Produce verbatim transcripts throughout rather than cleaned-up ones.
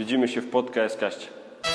Widzimy się w Pod K S Kaście.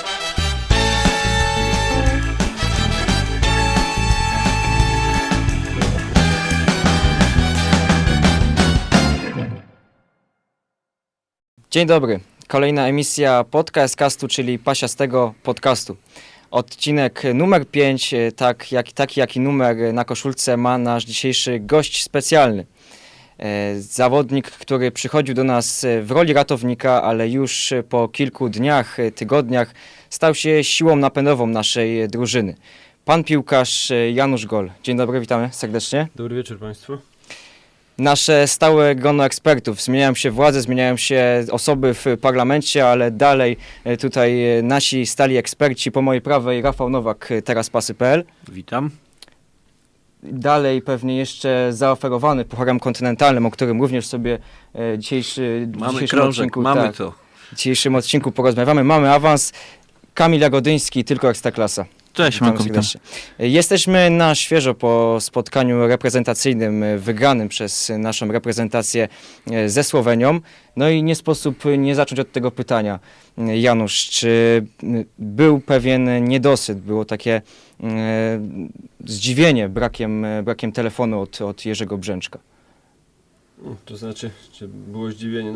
Dzień dobry. Kolejna emisja Podcastu, czyli pasiastego podcastu. Odcinek numer pięć, tak jak, taki jaki numer na koszulce ma nasz dzisiejszy gość specjalny. Zawodnik, który przychodził do nas w roli ratownika, ale już po kilku dniach, tygodniach stał się siłą napędową naszej drużyny. Pan piłkarz Janusz Gol. Dzień dobry, witamy serdecznie. Dobry wieczór Państwu. Nasze stałe grono ekspertów. Zmieniają się władze, zmieniają się osoby w parlamencie, ale dalej tutaj nasi stali eksperci. Po mojej prawej Rafał Nowak, teraz pasy kropka p l. Witam. Dalej pewnie jeszcze zaoferowany Pucharem Kontynentalnym, o którym również sobie e, dzisiejszy, Mamy dzisiejszym krążek, odcinku, mamy tak, to. w dzisiejszym odcinku porozmawiamy. Mamy awans. Kamil Jagodyński, tylko Ekstraklasa. Cześć, Witamy Manko, witam. serdecznie. Jesteśmy na świeżo po spotkaniu reprezentacyjnym wygranym przez naszą reprezentację ze Słowenią. No i nie sposób nie zacząć od tego pytania. Janusz, czy był pewien niedosyt, było takie e, zdziwienie brakiem, brakiem telefonu od, od Jerzego Brzęczka? To znaczy, czy było zdziwienie? No,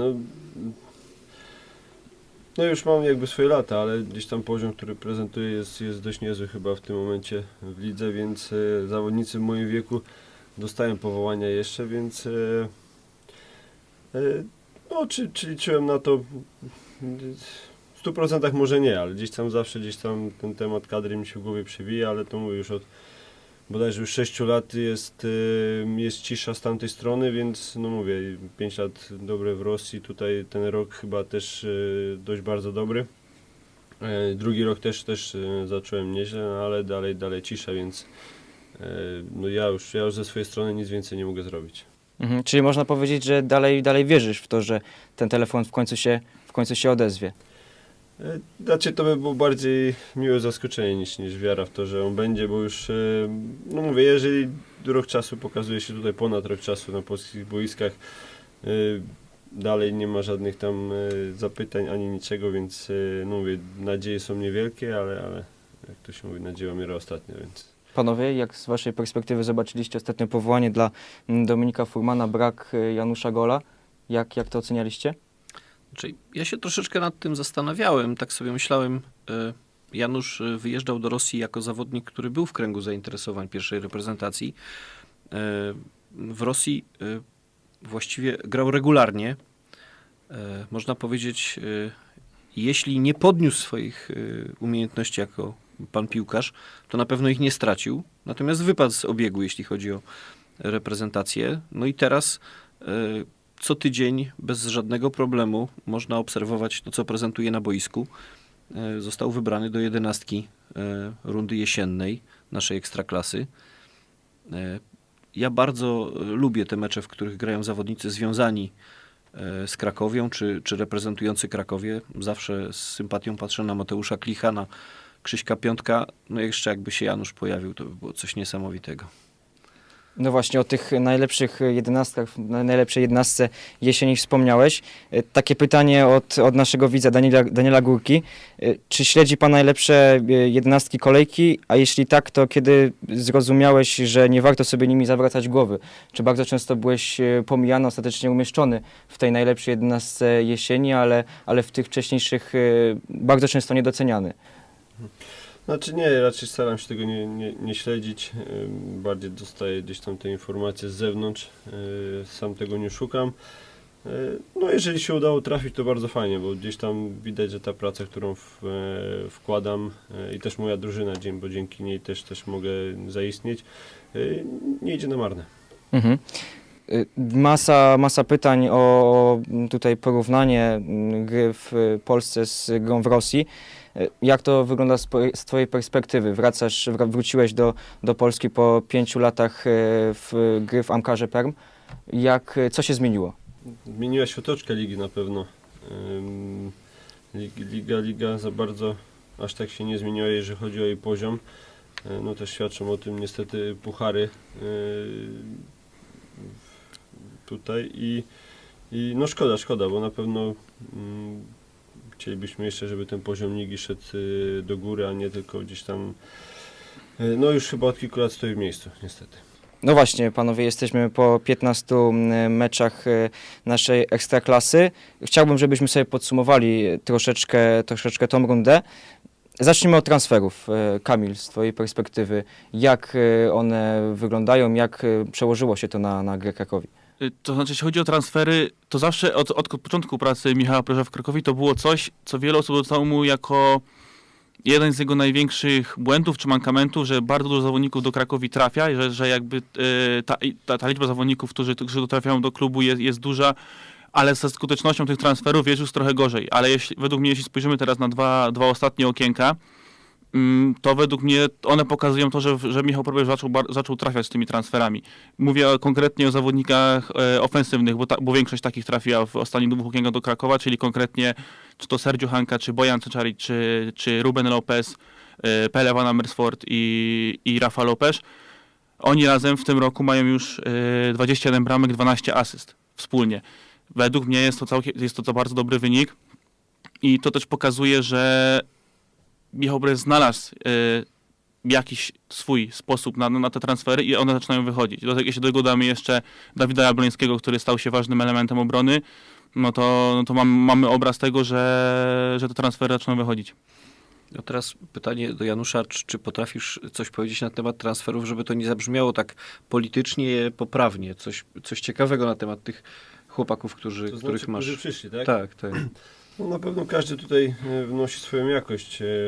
no już mam jakby swoje lata, ale gdzieś tam poziom, który prezentuję jest, jest dość niezły chyba w tym momencie w lidze, więc e, zawodnicy w moim wieku dostają powołania jeszcze, więc e, e, no, czy, czy liczyłem na to w stu procentach może nie, ale gdzieś tam zawsze gdzieś tam ten temat kadry mi się w głowie przewija, ale to mówię już od bodajże już sześciu lat jest, y, jest cisza z tamtej strony, więc no mówię, pięć lat dobre w Rosji, tutaj ten rok chyba też y, dość bardzo dobry. Y, drugi rok też, też y, zacząłem nieźle, no ale dalej, dalej cisza, więc y, no ja już, ja już ze swojej strony nic więcej nie mogę zrobić. Mhm, czyli można powiedzieć, że dalej, dalej wierzysz w to, że ten telefon w końcu się, w końcu się odezwie. Znaczy to by było bardziej miłe zaskoczenie niż, niż wiara w to, że on będzie, bo już, no mówię, jeżeli rok czasu pokazuje się tutaj ponad rok czasu na polskich boiskach, dalej nie ma żadnych tam zapytań ani niczego, więc no mówię, nadzieje są niewielkie, ale, ale jak to się mówi, nadzieja umiera ostatnio, więc... Panowie, jak z waszej perspektywy zobaczyliście ostatnio powołanie dla Dominika Furmana, brak Janusza Gola, jak, jak to ocenialiście? Znaczy, ja się troszeczkę nad tym zastanawiałem, tak sobie myślałem, e, Janusz wyjeżdżał do Rosji jako zawodnik, który był w kręgu zainteresowań pierwszej reprezentacji. E, w Rosji e, właściwie grał regularnie. E, można powiedzieć, e, jeśli nie podniósł swoich e, umiejętności jako pan piłkarz, to na pewno ich nie stracił. Natomiast wypadł z obiegu, jeśli chodzi o reprezentację. No i teraz e, co tydzień bez żadnego problemu można obserwować to, co prezentuje na boisku. E, został wybrany do jedenastki e, rundy jesiennej naszej Ekstraklasy. E, ja bardzo lubię te mecze, w których grają zawodnicy związani e, z Krakowią, czy, czy reprezentujący Krakowie. Zawsze z sympatią patrzę na Mateusza Klicha, na Krzyśka Piątka. No jeszcze jakby się Janusz pojawił, to by było coś niesamowitego. No właśnie, o tych najlepszych jedenastkach, najlepszej jedenastce jesieni wspomniałeś. Takie pytanie od, od naszego widza Daniela, Daniela Górki. Czy śledzi pan najlepsze jedenastki kolejki? A jeśli tak, to kiedy zrozumiałeś, że nie warto sobie nimi zawracać głowy? Czy bardzo często byłeś pomijany, ostatecznie umieszczony w tej najlepszej jedenastce jesieni, ale, ale w tych wcześniejszych bardzo często niedoceniany? Znaczy nie, raczej staram się tego nie, nie, nie śledzić, yy, bardziej dostaję gdzieś tam te informacje z zewnątrz, yy, sam tego nie szukam. Yy, no jeżeli się udało trafić, to bardzo fajnie, bo gdzieś tam widać, że ta praca, którą w, yy, wkładam yy, i też moja drużyna, bo dzięki niej też, też mogę zaistnieć, yy, nie idzie na marne. Mhm. Masa, masa pytań o tutaj porównanie gry w Polsce z grą w Rosji. Jak to wygląda z, z twojej perspektywy? Wracasz, wróciłeś do, do Polski po pięciu latach w gry w Amkarze Perm. Jak, co się zmieniło? Zmieniła się otoczka ligi na pewno. Liga, liga za bardzo aż tak się nie zmieniła, jeżeli chodzi o jej poziom. No też świadczą o tym niestety puchary tutaj i, i no szkoda, szkoda, bo na pewno chcielibyśmy jeszcze, żeby ten poziom ligi szedł y, do góry, a nie tylko gdzieś tam, y, no już chyba od kilku lat stoi w miejscu, niestety. No właśnie, panowie, jesteśmy po piętnastu meczach e, naszej ekstraklasy. Chciałbym, żebyśmy sobie podsumowali troszeczkę, troszeczkę tą rundę. Zacznijmy od transferów. E, Kamil, z twojej perspektywy, jak e, one wyglądają, jak e, przełożyło się to na, na grę Krakowi? Y, To znaczy, jeśli chodzi o transfery, to zawsze od, od początku pracy Michała Proża w Krakowie to było coś, co wiele osób dostało mu jako jeden z jego największych błędów czy mankamentów, że bardzo dużo zawodników do Krakowi trafia i że, że jakby y, ta, i ta, ta liczba zawodników, którzy, którzy trafiają do klubu jest, jest duża, ale ze skutecznością tych transferów jest już trochę gorzej. Ale jeśli, według mnie, jeśli spojrzymy teraz na dwa, dwa ostatnie okienka, mm, to według mnie one pokazują to, że, że Michał Probierz zaczął, bar- zaczął trafiać z tymi transferami. Mówię o, konkretnie o zawodnikach e, ofensywnych, bo, ta, bo większość takich trafiła w ostatnich dwóch okienkach do Krakowa, czyli konkretnie czy to Sergio Hanka, czy Bojan Ceczari, czy, czy Ruben Lopez, e, Pele Van Amersfoort i, i Rafa Lopez. Oni razem w tym roku mają już e, dwadzieścia jeden bramek, dwanaście asyst wspólnie. Według mnie jest to, całkiem, jest to, to bardzo dobry wynik i to też pokazuje, że Michał Probierz znalazł y, jakiś swój sposób na, na te transfery i one zaczynają wychodzić. Do, jeśli do tego damy jeszcze Dawida Jablońskiego, który stał się ważnym elementem obrony, no to, no to mam, mamy obraz tego, że, że te transfery zaczynają wychodzić. No teraz pytanie do Janusza, czy, czy potrafisz coś powiedzieć na temat transferów, żeby to nie zabrzmiało tak politycznie poprawnie, coś, coś ciekawego na temat tych chłopaków, którzy, To znaczy, których masz. którzy przyszli, tak? Tak, tak. No, na pewno każdy tutaj e, wnosi swoją jakość. e,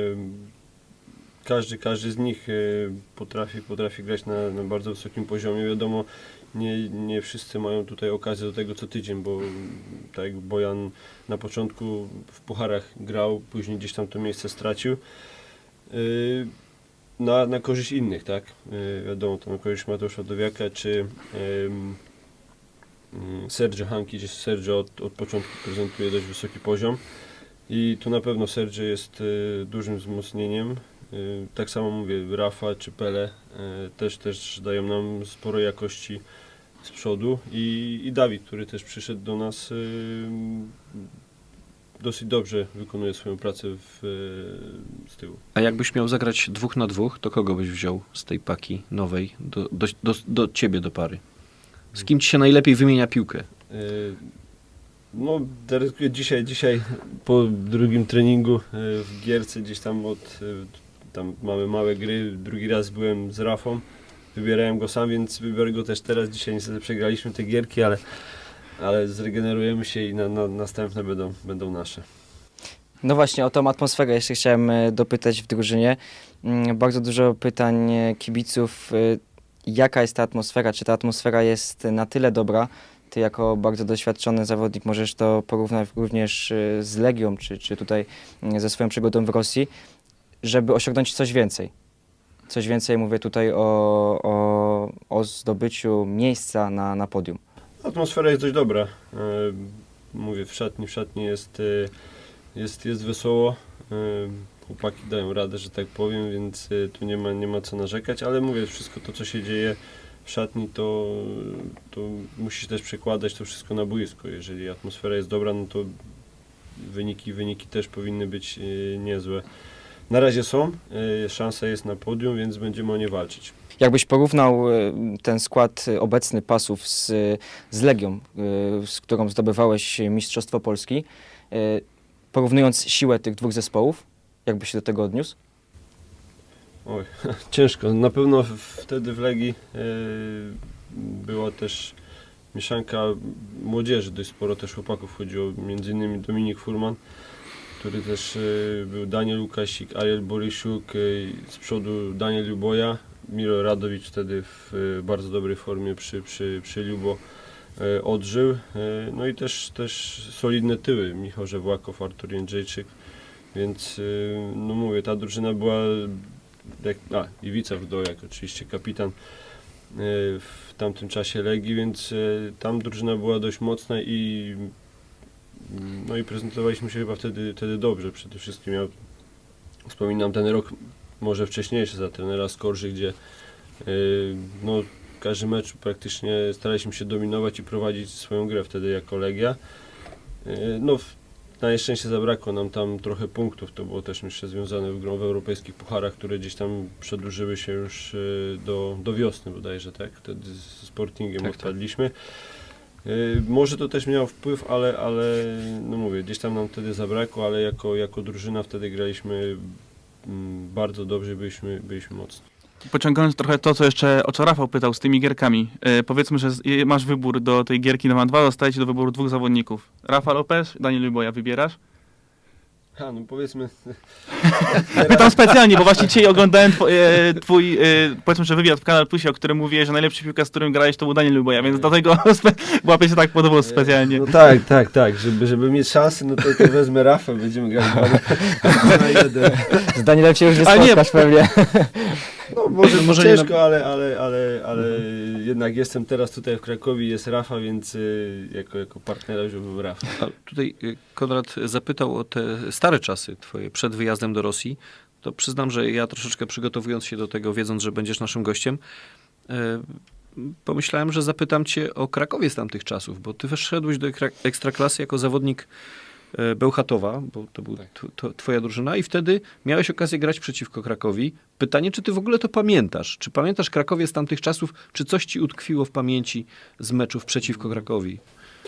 Każdy, każdy z nich e, potrafi, potrafi grać na, na bardzo wysokim poziomie. Wiadomo, nie, nie wszyscy mają tutaj okazję do tego co tydzień, bo tak jak Bojan na początku w pucharach grał, później gdzieś tam to miejsce stracił. E, Na, na korzyść innych, tak? E, Wiadomo, to na korzyść Mateusza Dowiaka czy em, mm, Sergio Hanki, gdzie Sergio od, od początku prezentuje dość wysoki poziom i tu na pewno Sergio jest y, dużym wzmocnieniem. Y, tak samo mówię, Rafa czy Pele y, też, też dają nam sporo jakości z przodu i, i Dawid, który też przyszedł do nas, y, dosyć dobrze wykonuje swoją pracę w, y, z tyłu. A jakbyś miał zagrać dwóch na dwóch, to kogo byś wziął z tej paki nowej do, do, do, do ciebie do pary? Z kim ci się najlepiej wymienia piłkę? Y, No, teraz dzisiaj, dzisiaj po drugim treningu y, w Gierce gdzieś tam od, y, tam mamy małe gry, drugi raz byłem z Rafą, wybierałem go sam, więc wybiorę go też teraz. Dzisiaj niestety przegraliśmy te gierki, ale, ale zregenerujemy się i na, na, następne będą, będą nasze. No właśnie, o tą atmosferę jeszcze chciałem e, dopytać w drużynie. Mm, Bardzo dużo pytań e, kibiców. e, Jaka jest ta atmosfera? Czy ta atmosfera jest na tyle dobra? Ty jako bardzo doświadczony zawodnik możesz to porównać również e, z Legią, czy, czy tutaj mm, ze swoją przygodą w Rosji, żeby osiągnąć coś więcej. Coś więcej mówię tutaj o, o, o zdobyciu miejsca na, na podium. Atmosfera jest dość dobra. Y, Mówię, w szatni, w szatni jest, y, jest, jest wesoło. Y, Chłopaki dają radę, że tak powiem, więc y, tu nie ma, nie ma co narzekać, ale mówię, wszystko to, co się dzieje w szatni, to, to musi się też przekładać to wszystko na boisko. Jeżeli atmosfera jest dobra, no to wyniki, wyniki też powinny być y, niezłe. Na razie są, y, szansa jest na podium, więc będziemy o nie walczyć. Jakbyś porównał e, ten skład e, obecny pasów z, z Legią, e, z którą zdobywałeś Mistrzostwo Polski, e, porównując siłę tych dwóch zespołów, jakbyś się do tego odniósł? Oj, ciężko. Na pewno w- wtedy w Legii y, była też mieszanka młodzieży, dość sporo też chłopaków chodziło, między innymi Dominik Furman, który też y, był Daniel Łukasik, Ariel Borysiuk, y, z przodu Daniel Luboja, Miro Radowicz wtedy w y, bardzo dobrej formie przy, przy, przy Lubo y, odżył. Y, no i też, też solidne tyły, Michał Żewłakow, Artur Jędrzejczyk, więc y, no mówię, ta drużyna była, jak, a Iwica Wdojak oczywiście, kapitan y, w tamtym czasie Legii, więc y, tam drużyna była dość mocna i no i prezentowaliśmy się chyba wtedy, wtedy dobrze. Przede wszystkim ja wspominam ten rok może wcześniejszy za trenera Skorży, gdzie yy, no, każdy mecz praktycznie staraliśmy się dominować i prowadzić swoją grę wtedy jako Legia. Yy, no, w na nieszczęście zabrakło nam tam trochę punktów, to było też myślę związane z grą w europejskich pucharach, które gdzieś tam przedłużyły się już y, do, do wiosny bodajże, tak? Wtedy z Sportingiem Tak, tak. odpadliśmy. Y, może to też miało wpływ, ale, ale no mówię, gdzieś tam nam wtedy zabrakło, ale jako, jako drużyna wtedy graliśmy mm, bardzo dobrze, byliśmy, byliśmy mocni. Pociągając trochę to, co jeszcze o co Rafał pytał z tymi gierkami. E, powiedzmy, że z, je- masz wybór do tej gierki na dwa, dostajecie do wyboru dwóch zawodników. Rafa Lopez, Daniel Luboja, wybierasz? Ha, no powiedzmy... Pytam specjalnie, bo właśnie dzisiaj oglądałem two, e, twój, e, powiedzmy, że wywiad w Kanal Plusie, o którym mówiłeś, że najlepszy piłkarz, z którym grałeś, to był Daniel Luboja, więc dlatego spe- łapię się tak podobał specjalnie. No tak, tak, tak. Żeby, żeby mieć szansę, no to, to wezmę Rafę, będziemy grali dwa na jeden. Z Danielem się już nie A nie. spotkasz pewnie. No może, Może może nie ciężko, ale, ale, ale, ale jednak jestem teraz tutaj w Krakowie, jest Rafa, więc y, jako, jako partnera wziąłbym Rafa. A tutaj y, Konrad zapytał o te stare czasy twoje przed wyjazdem do Rosji. To przyznam, że ja troszeczkę przygotowując się do tego, wiedząc, że będziesz naszym gościem, y, pomyślałem, że zapytam cię o Krakowie z tamtych czasów, bo ty wszedłeś do ekra- Ekstraklasy jako zawodnik y, Bełchatowa, bo to była Tak. twoja drużyna i wtedy miałeś okazję grać przeciwko Krakowi. Pytanie, czy ty w ogóle to pamiętasz? Czy pamiętasz Krakowie z tamtych czasów? Czy coś ci utkwiło w pamięci z meczów przeciwko Krakowi?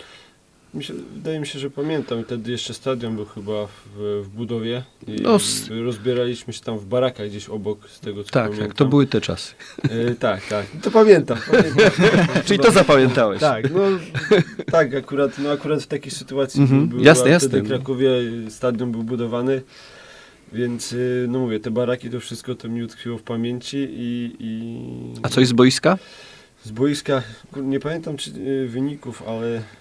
Mi się, wydaje mi się, że pamiętam, wtedy jeszcze stadion był chyba w, w budowie i No, s- rozbieraliśmy się tam w barakach gdzieś obok, z tego co Tak, pamiętam. tak, to były te czasy. Y, tak, tak, to pamiętam. pamiętam. Czyli to zapamiętałeś. Tak, no tak, akurat, no akurat w takiej sytuacji Mhm, był, jasne, była jasne. wtedy w Krakowie stadion był budowany, więc y, no mówię, te baraki, to wszystko to mi utkwiło w pamięci i... i A coś z boiska? z boiska, kur- nie pamiętam czy, y, wyników, ale y,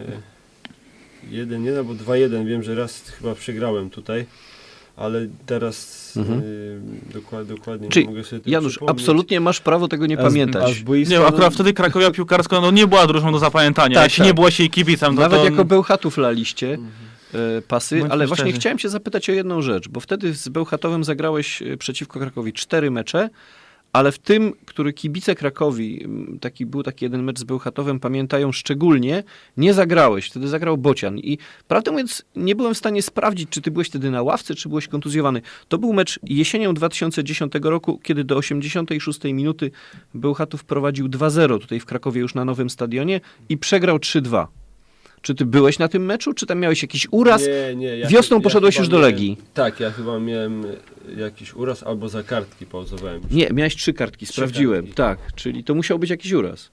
jeden, jeden albo dwa jeden, wiem, że raz chyba przegrałem tutaj, ale teraz Mhm. y, dokład, dokładnie Czyli nie mogę sobie tego Janusz, przypomnieć. absolutnie masz prawo tego nie A z- A pamiętać. z boiska, Nie, no, akurat wtedy Krakowia piłkarska no, nie była drużyną do zapamiętania. Tak, Jeśli tak. nie było się jej kibicem, to Nawet to... jako Bełchatów laliście Mhm. e, pasy, Bądźmy ale właśnie szczerzy. chciałem cię zapytać o jedną rzecz, bo wtedy z Bełchatowem zagrałeś e, przeciwko Krakowi cztery mecze, ale w tym, który kibice Krakowi, m, taki, był taki jeden mecz z Bełchatowem, pamiętają szczególnie, nie zagrałeś. Wtedy zagrał Bocian i prawdę mówiąc nie byłem w stanie sprawdzić, czy ty byłeś wtedy na ławce, czy byłeś kontuzjowany. To był mecz jesienią dwa tysiące dziesiątego roku, kiedy do osiemdziesiątej szóstej minuty Bełchatów prowadził dwa zero tutaj w Krakowie już na nowym stadionie i przegrał trzy dwa. Czy ty byłeś na tym meczu, czy tam miałeś jakiś uraz? Nie, nie, ja Wiosną ja poszedłeś chyba już do miałem- Legii. Tak, ja chyba miałem jakiś uraz albo za kartki pauzowałem. Nie, miałeś trzy kartki, Trzy sprawdziłem. kartki. Tak, czyli to musiał być jakiś uraz.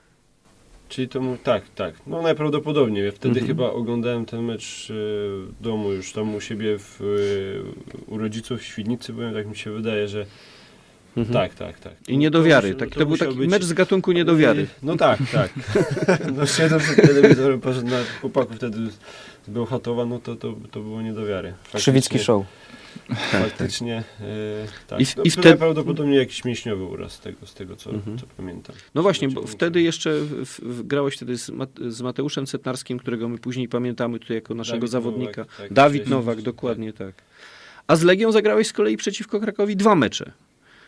Czyli to mu, tak, tak. No najprawdopodobniej. Ja wtedy Mhm. chyba oglądałem ten mecz e, w domu już tam u siebie w, e, u rodziców w Świdnicy byłem, tak mi się wydaje, że Mhm. tak, tak, tak. I niedowiary. To musi- Tak, to, był musiał taki być- mecz z gatunku niedowiary. No tak, tak. No siedząc przed telewizorem, poszedł na chłopaków wtedy z Bełchatowa, no to, to, to było niedowiary. Faktycznie- Krzywicki show. Faktycznie, e, tak. I w- no, i to wtedy- najprawdopodobniej jakiś mięśniowy uraz z tego, z tego co, Mhm. co pamiętam. No właśnie, bo Znaczy, wtedy jeszcze w, w, grałeś wtedy z, Mat, z Mateuszem Setnarskim, którego my później pamiętamy tutaj jako naszego Dawid zawodnika. Nowak, tak, Dawid wcześniej, Nowak, tak. dokładnie tak. A z Legią zagrałeś z kolei przeciwko Krakowi dwa mecze. E,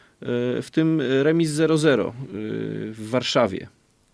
W tym remis zero zero e, w Warszawie.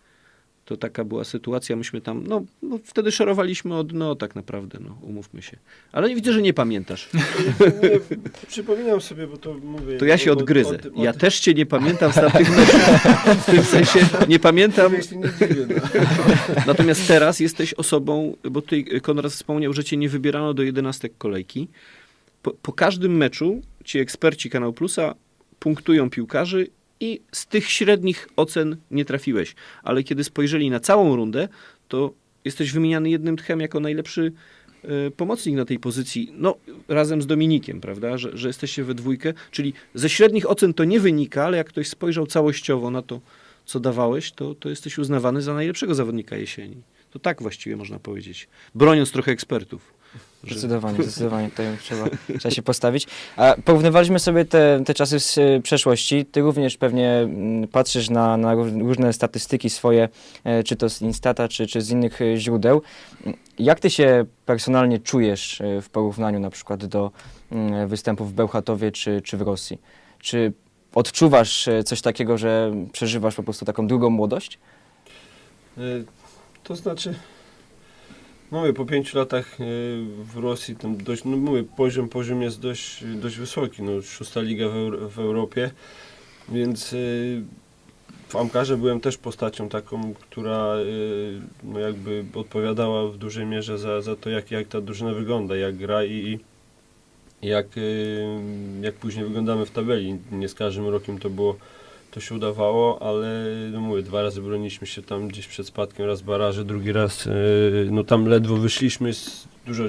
To taka była sytuacja, myśmy tam, no, no wtedy szorowaliśmy od dno tak naprawdę, no umówmy się. Ale nie widzę, że nie pamiętasz. Nie, przypominam sobie, bo to mówię... To ja się o- o- odgryzę. o tym- o Ja tym- też cię nie pamiętam z tamtych meczów. W tym sensie nie pamiętam. Ja się nie dziwię, no. Natomiast teraz jesteś osobą, bo tutaj Konrad wspomniał, że cię nie wybierano do jedenastek kolejki. Po, po każdym meczu ci eksperci Kanał Plusa punktują piłkarzy i z tych średnich ocen nie trafiłeś. Ale kiedy spojrzeli na całą rundę, to jesteś wymieniany jednym tchem jako najlepszy e, pomocnik na tej pozycji, no razem z Dominikiem, prawda, że, że jesteście we dwójkę, czyli ze średnich ocen to nie wynika, ale jak ktoś spojrzał całościowo na to, co dawałeś, to, to jesteś uznawany za najlepszego zawodnika jesieni. To tak właściwie można powiedzieć, broniąc trochę ekspertów. Że... Zdecydowanie, zdecydowanie tutaj trzeba, trzeba się postawić. A porównywaliśmy sobie te, te czasy z e, przeszłości. Ty również pewnie mm, patrzysz na, na róż- różne statystyki swoje, e, czy to z Instata, czy, czy z innych e, źródeł. Jak ty się personalnie czujesz e, w porównaniu na przykład do mm, występów w Bełchatowie, czy, czy w Rosji? Czy odczuwasz e, coś takiego, że przeżywasz po prostu taką drugą młodość? Y, To znaczy, No mówię, po pięciu latach y, w Rosji tam dość, no mówię, poziom, poziom jest dość, dość wysoki, no szósta liga w, Euro, w Europie, więc y, w Amkarze byłem też postacią taką, która y, no jakby odpowiadała w dużej mierze za, za to, jak, jak ta drużyna wygląda, jak gra i i jak, y, jak później wyglądamy w tabeli. Nie z każdym rokiem to było, to się udawało, ale no mówię, dwa razy broniliśmy się tam gdzieś przed spadkiem, raz baraże, drugi raz, y, no tam ledwo wyszliśmy z dużo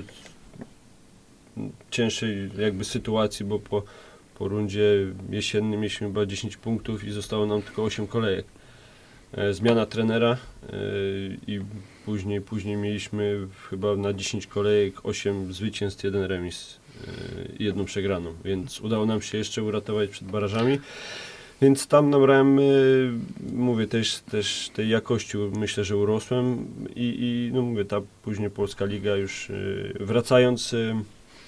cięższej jakby sytuacji, bo po, po rundzie jesiennej mieliśmy chyba dziesięć punktów i zostało nam tylko osiem kolejek. E, Zmiana trenera e, i później, później mieliśmy chyba na dziesięć kolejek osiem zwycięstw, jeden remis e, i jedną przegraną, więc udało nam się jeszcze uratować przed barażami. Więc tam nabrałem, e, mówię, też, też tej jakości myślę, że urosłem i, i no mówię, ta później Polska Liga już e, wracając e,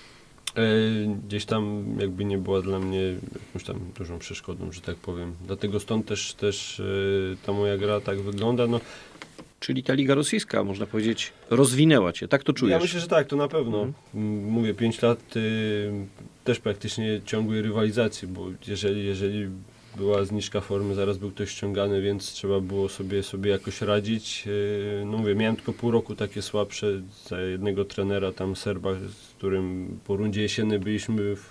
e, gdzieś tam jakby nie była dla mnie jakąś tam dużą przeszkodą, że tak powiem. Dlatego stąd też, też e, ta moja gra tak wygląda. No, Czyli ta liga rosyjska, można powiedzieć, rozwinęła cię, tak to czujesz? ja myślę, że tak, to na pewno. Mhm. M, Mówię, pięć lat y, też praktycznie ciągłej rywalizacji, bo jeżeli, jeżeli była zniżka formy, zaraz był ktoś ściągany, więc trzeba było sobie, sobie jakoś radzić. Y, no mówię, miałem tylko pół roku takie słabsze za jednego trenera, tam Serba, z którym po rundzie jesiennej byliśmy w,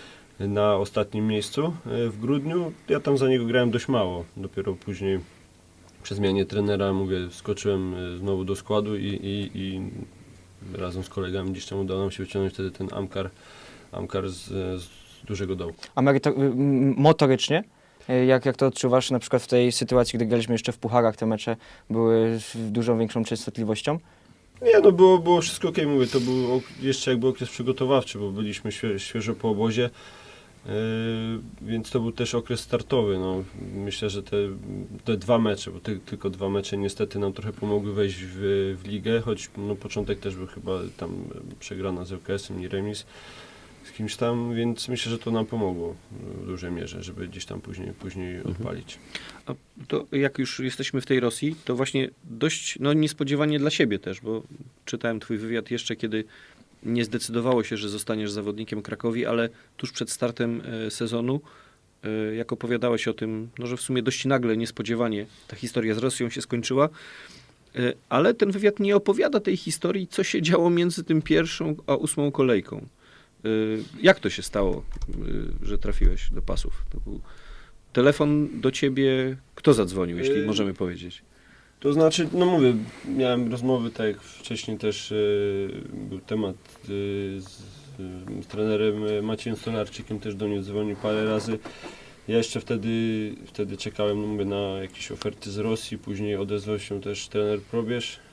na ostatnim miejscu y, w grudniu. Ja tam za niego grałem dość mało, dopiero później przy zmianie trenera, mówię, skoczyłem y, znowu do składu i, i, i razem z kolegami gdzieś tam udało nam się wyciągnąć wtedy ten Amkar, Amkar z, z dużego dołu. A meryto- m- motorycznie, y, jak, jak to odczuwasz na przykład w tej sytuacji, gdy graliśmy jeszcze w pucharach, te mecze były z dużą większą częstotliwością? Nie, no było, było wszystko okej, mówię, to był ok- jeszcze jakby okres przygotowawczy, bo byliśmy świe, świeżo po obozie, yy, więc to był też okres startowy, no. Myślę, że te, te dwa mecze, bo ty, tylko dwa mecze niestety nam trochę pomogły wejść w, w ligę, choć no, początek też był chyba tam przegrana z ŁKS-em i remis z kimś tam, więc myślę, że to nam pomogło w dużej mierze, żeby gdzieś tam później, później odpalić. A to jak już jesteśmy w tej Rosji, to właśnie dość no, niespodziewanie dla siebie też, bo czytałem twój wywiad jeszcze, kiedy nie zdecydowało się, że zostaniesz zawodnikiem Krakowi, ale tuż przed startem e, sezonu, e, jak opowiadałeś o tym, no, że w sumie dość nagle, niespodziewanie ta historia z Rosją się skończyła, e, ale ten wywiad nie opowiada tej historii, co się działo między tym pierwszą a ósmą kolejką. E, jak to się stało, e, że trafiłeś do pasów? To był telefon do ciebie, kto zadzwonił, jeśli Yy, możemy powiedzieć? To znaczy, no mówię, miałem rozmowy, tak jak wcześniej też y, był temat y, z, z trenerem Maciejem Stolarczykiem, też do mnie dzwonił parę razy. Ja jeszcze wtedy, wtedy czekałem, no mówię, na jakieś oferty z Rosji, później odezwał się też trener Probierz. Y,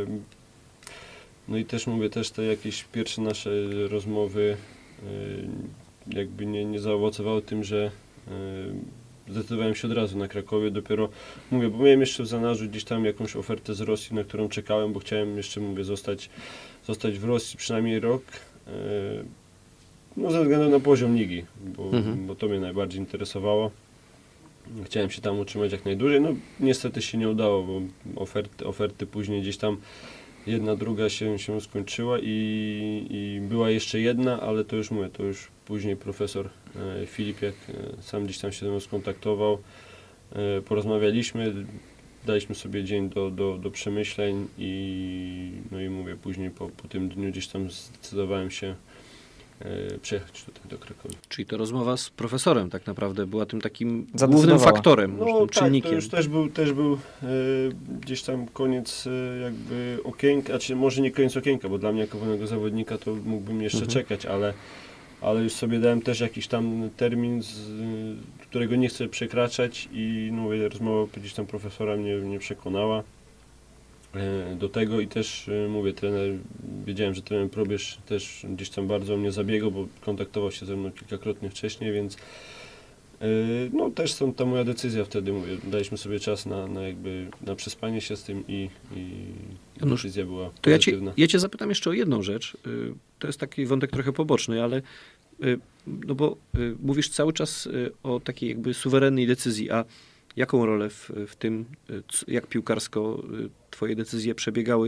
no i też mówię, też te jakieś pierwsze nasze rozmowy y, jakby nie, nie zaowocowały tym, że y, zdecydowałem się od razu na Krakowie, dopiero mówię, bo miałem jeszcze w zanadrzu gdzieś tam jakąś ofertę z Rosji, na którą czekałem, bo chciałem jeszcze, mówię, zostać, zostać w Rosji przynajmniej rok, e, no ze względu na poziom ligi, bo, Mhm. bo to mnie najbardziej interesowało. Chciałem się tam utrzymać jak najdłużej, no niestety się nie udało, bo oferty, oferty później gdzieś tam jedna, druga się, się skończyła i, i była jeszcze jedna, ale to już mówię, to już później profesor e, Filip, jak e, sam gdzieś tam się ze mną skontaktował, e, porozmawialiśmy, daliśmy sobie dzień do, do, do przemyśleń i no i mówię, później po, po tym dniu gdzieś tam zdecydowałem się e, przyjechać tutaj do Krakowi. Czyli to rozmowa z profesorem tak naprawdę była tym takim Zadecydowała. głównym faktorem, może No tym tak, czynnikiem. to już też był, też był e, gdzieś tam koniec e, jakby okienka, znaczy może nie koniec okienka, bo dla mnie jako wolnego zawodnika to mógłbym jeszcze Mhm. czekać, ale, ale już sobie dałem też jakiś tam termin, z, którego nie chcę przekraczać i no, mówię, rozmowa gdzieś tam profesora mnie, mnie przekonała e, do tego i też e, mówię, trener, wiedziałem, że trener Probierz też gdzieś tam bardzo o mnie zabiegał, bo kontaktował się ze mną kilkakrotnie wcześniej, więc Yy, no też są ta moja decyzja wtedy, mówię, daliśmy sobie czas na, na jakby na przespanie się z tym i, i Janusz, decyzja była To ja cię, pozytywna. ja cię zapytam jeszcze o jedną rzecz. Y, To jest taki wątek trochę poboczny, ale y, no bo y, mówisz cały czas y, o takiej jakby suwerennej decyzji, a jaką rolę w, w tym, y, c- jak piłkarsko y, twoje decyzje przebiegały,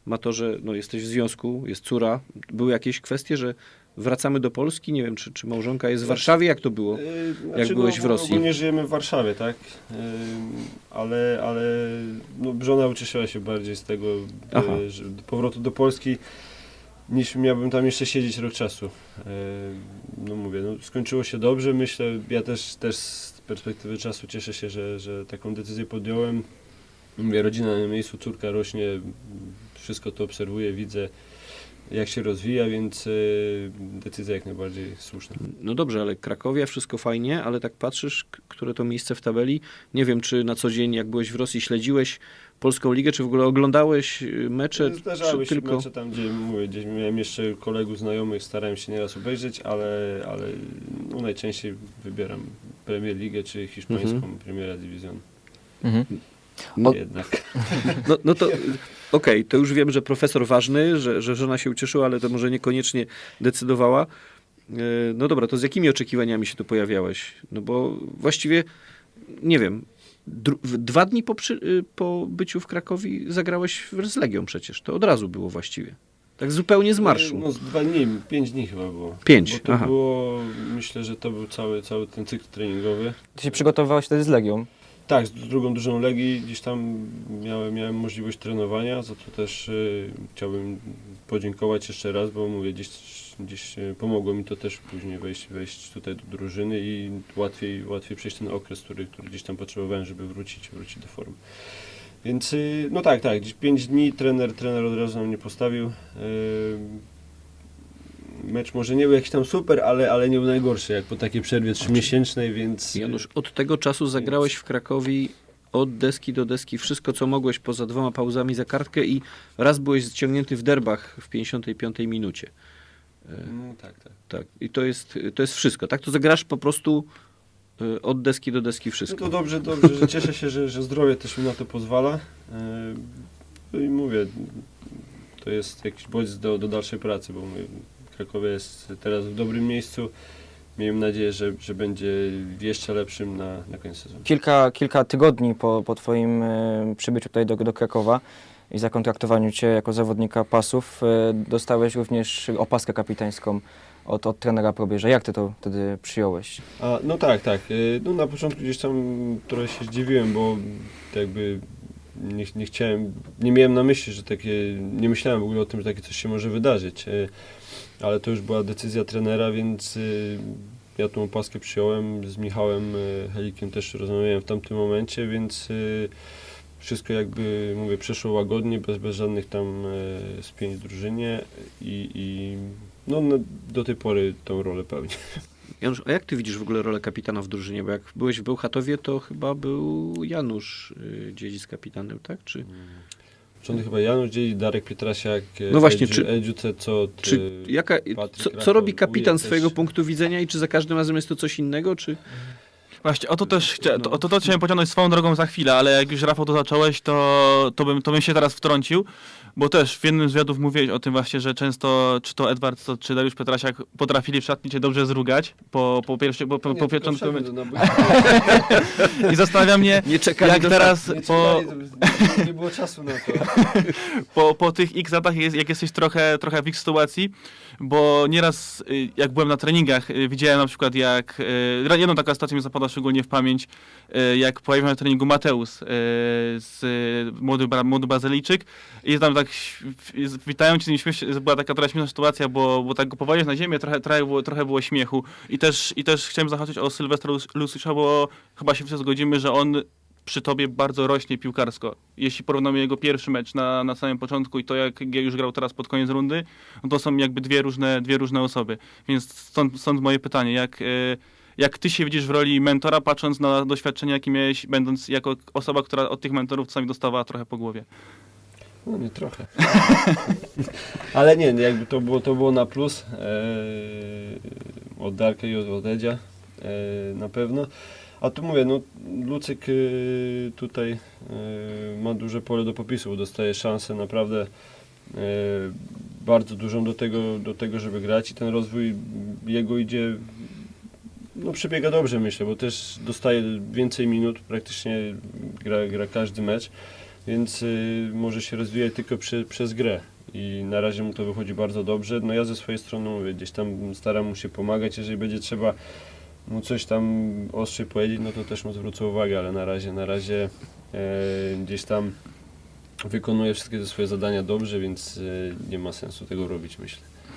Matorze, no jesteś w związku, jest córa. Były jakieś kwestie, że wracamy do Polski? Nie wiem, czy, czy małżonka jest w Warszawie? Jak to było? Yy, Jak byłeś w Rosji? Ogólnie żyjemy w Warszawie, tak? Yy, ale ale no, żona ucieszyła się bardziej z tego Aha. yy, że powrotu do Polski, niż miałbym tam jeszcze siedzieć rok czasu. Yy, no mówię, no, skończyło się dobrze, myślę, ja też, też z perspektywy czasu cieszę się, że, że taką decyzję podjąłem. Mówię, rodzina na miejscu, córka rośnie, wszystko to obserwuję, widzę jak się rozwija, więc yy, decyzja jak najbardziej słuszna. No dobrze, ale Krakowia, wszystko fajnie, ale tak patrzysz, k- które to miejsce w tabeli. Nie wiem, czy na co dzień, jak byłeś w Rosji, śledziłeś Polską Ligę, czy w ogóle oglądałeś y, mecze, Zdarzały czy się tylko... mecze tam, gdzie mówię, gdzieś miałem jeszcze kolegów, znajomych, starałem się nieraz obejrzeć, ale, ale no, najczęściej wybieram Premier Ligę czy hiszpańską Mhm. Primera División. Mhm. No, Jednak. no, no to okej, to już wiem, że profesor ważny, że, że żona się ucieszyła, ale to może niekoniecznie decydowała. E, No dobra, to z jakimi oczekiwaniami się tu pojawiałeś? No bo właściwie, nie wiem, dru- w- dwa dni po, przy, y, po byciu w Krakowi zagrałeś w- z Legią przecież. To od razu było właściwie. Tak zupełnie z marszu. No z dwa dni, pięć dni chyba było. Pięć, Bo to aha. było, myślę, że to był cały, cały ten cykl treningowy. Ty się przygotowywałeś wtedy z Legią. Tak, z drugą drużyną Legii gdzieś tam miałem, miałem możliwość trenowania, za to też y, chciałbym podziękować jeszcze raz, bo mówię, gdzieś, gdzieś y, pomogło mi to też później wejść, wejść tutaj do drużyny i łatwiej, łatwiej przejść ten okres, który, który gdzieś tam potrzebowałem, żeby wrócić, wrócić do formy. Więc y, no tak, tak, gdzieś pięć dni trener, trener od razu na mnie postawił. Y, Mecz może nie był jakiś tam super, ale, ale nie był najgorszy, jak po takiej przerwie trzymiesięcznej, więc... Janusz, od tego czasu zagrałeś w Krakowi od deski do deski wszystko, co mogłeś poza dwoma pauzami za kartkę i raz byłeś ściągnięty w derbach w pięćdziesiątej piątej minucie. No, tak, tak. Tak. I to jest, to jest wszystko, tak? To zagrasz po prostu y, od deski do deski No wszystko. to dobrze, dobrze, że cieszę się, że, że zdrowie też mi na to pozwala. Yy, No i mówię, to jest jakiś bodziec do, do dalszej pracy, bo mówię, Krakowie jest teraz w dobrym miejscu. Miejmy nadzieję, że, że będzie jeszcze lepszym na, na koniec sezonu. Kilka, kilka tygodni po, po twoim e, przybyciu tutaj do, do Krakowa i zakontraktowaniu cię jako zawodnika pasów, e, dostałeś również opaskę kapitańską od, od trenera Probierza. Jak ty to wtedy przyjąłeś? A, no tak, tak. Yy, No na początku gdzieś tam trochę się zdziwiłem, bo jakby nie, nie chciałem, nie miałem na myśli, że takie, nie myślałem w ogóle o tym, że takie coś się może wydarzyć. Yy, Ale to już była decyzja trenera, więc y, ja tą opaskę przyjąłem. Z Michałem y, Helikiem też rozmawiałem w tamtym momencie, więc y, wszystko jakby, mówię, przeszło łagodnie, bez, bez żadnych tam y, spięć w drużynie i, i no, no, do tej pory tą rolę pełnię. Janusz, a jak ty widzisz w ogóle rolę kapitana w drużynie? Bo jak byłeś w Bełchatowie, to chyba był Janusz y, Dziedzic kapitanem, tak? Czy, Początek chyba Janusz Dzieli, Darek Pietrasiak, No właśnie, Edziu, czy- Edziu Cecot, czy y, jaka, Patryk co, Rakon, co robi kapitan Ujek z twojego też. punktu widzenia i czy za każdym razem jest to coś innego, czy... Właśnie, o to też chcia, to, to, to chciałem pociągnąć swoją drogą za chwilę, ale jak już Rafał to zacząłeś, to, to, bym, to bym się teraz wtrącił, bo też w jednym z wywiadów mówiłeś o tym właśnie, że często czy to Edward, to, czy Dariusz Petrasiak potrafili w szatni cię dobrze zrugać po, po, pierwszy, po, po, Nie, po tylko początku wszedłem meczu. do naboju. I zastanawia mnie, Nie czekali jak do teraz Nie, po, czekali, to nie, nie było czasu na to. po, po tych x latach, jest, jak jesteś trochę, trochę w ich sytuacji, bo nieraz y, jak byłem na treningach, y, widziałem na przykład jak, y, jedną taką sytuację mi zapadła szczególnie w pamięć, y, jak pojawił się na treningu Mateusz y, z y, młody, Bra- młody Bazylijczyk i tam tak ś- witają cię, śmiesz, była taka trochę śmieszna sytuacja, bo, bo tak go powaliłeś na ziemię, trochę, trochę, było, trochę było śmiechu i też, i też chciałem zahaczyć o Sylwestra Lusysza, bo chyba się wszyscy zgodzimy, że on przy tobie bardzo rośnie piłkarsko. Jeśli porównamy jego pierwszy mecz na, na samym początku i to, jak już grał teraz pod koniec rundy, no to są jakby dwie różne, dwie różne osoby. Więc stąd, stąd moje pytanie, jak, e, jak ty się widzisz w roli mentora, patrząc na doświadczenie, jakie miałeś, będąc jako osoba, która od tych mentorów czasami dostawała trochę po głowie? No nie trochę. Ale nie, jakby to było, to było na plus. Eee, od Darka i od, od Edzia eee, na pewno. A tu mówię, no Lucyk y, tutaj y, ma duże pole do popisu, bo dostaje szansę naprawdę y, bardzo dużą do tego, do tego, żeby grać i ten rozwój jego idzie, no przebiega dobrze myślę, bo też dostaje więcej minut, praktycznie gra, gra każdy mecz. więc y, może się rozwijać tylko przy, przez grę. I na razie mu to wychodzi bardzo dobrze. No ja ze swojej strony mówię, gdzieś tam staram mu się pomagać, jeżeli będzie trzeba mu coś tam ostrzej powiedzieć, no to też mu zwrócę uwagę, ale na razie, na razie e, gdzieś tam wykonuje wszystkie te swoje zadania dobrze, więc e, nie ma sensu tego robić, myślę.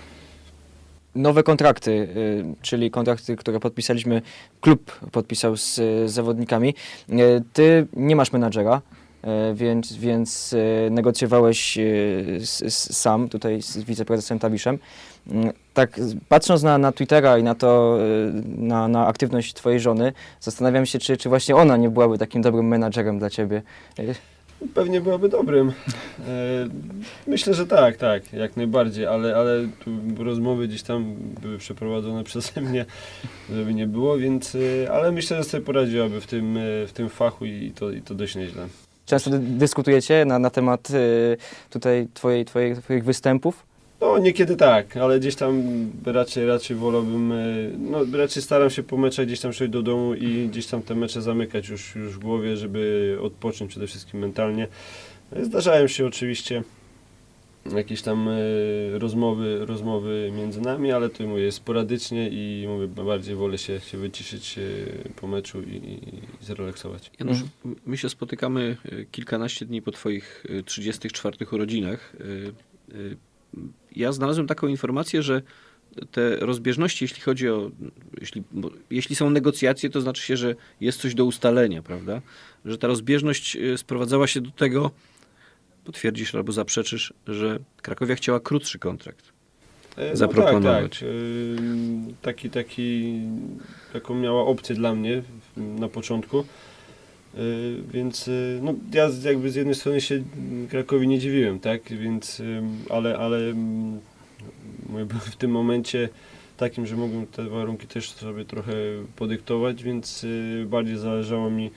Nowe kontrakty, y, czyli kontrakty, które podpisaliśmy, klub podpisał z y, zawodnikami. Y, Ty nie masz menadżera, y, więc, więc y, negocjowałeś y, s, s, sam tutaj z wiceprezesem Tabiszem. Y, Tak z- patrząc na, na Twittera i na to, y, na, na aktywność twojej żony, zastanawiam się, czy, czy właśnie ona nie byłaby takim dobrym menadżerem dla ciebie. Y, Pewnie byłaby dobrym. E, myślę, że tak, tak, jak najbardziej, ale, ale tu rozmowy gdzieś tam były przeprowadzone przeze mnie, żeby nie było, więc, e, ale myślę, że sobie poradziłaby w tym, e, w tym fachu i to, i to dość nieźle. Często dy- dyskutujecie na, na temat y, tutaj twojej, twojej, twoich występów? No niekiedy tak, ale gdzieś tam raczej, raczej wolałbym, e, no raczej staram się po meczach gdzieś tam przyjść do domu i gdzieś tam te mecze zamykać już, już w głowie, żeby odpocząć przede wszystkim mentalnie. Zdarzają się oczywiście jakieś tam e, rozmowy, rozmowy między nami, ale to mówię sporadycznie i mówię, bardziej wolę się, się wyciszyć e, po meczu i, i zrelaksować. Janusz, Mhm. m- my się spotykamy y, kilkanaście dni po twoich y, trzydziestych czwartych urodzinach. Y, y, Ja znalazłem taką informację, że te rozbieżności, jeśli chodzi o, jeśli, bo, jeśli są negocjacje, to znaczy się, że jest coś do ustalenia, prawda? Że ta rozbieżność y, sprowadzała się do tego, potwierdzisz albo zaprzeczysz, że Krakowia chciała krótszy kontrakt. E, Zaproponować. Tak, tak. E, taki, taki, taką miała opcję dla mnie w- na początku. E, Więc e, no, ja z- jakby z jednej strony się mm, Krakowi nie dziwiłem, tak? Więc, em, ale, ale mm, mówię, byłem w tym momencie takim, że mogłem te warunki też sobie trochę podyktować, więc e, bardziej zależało mi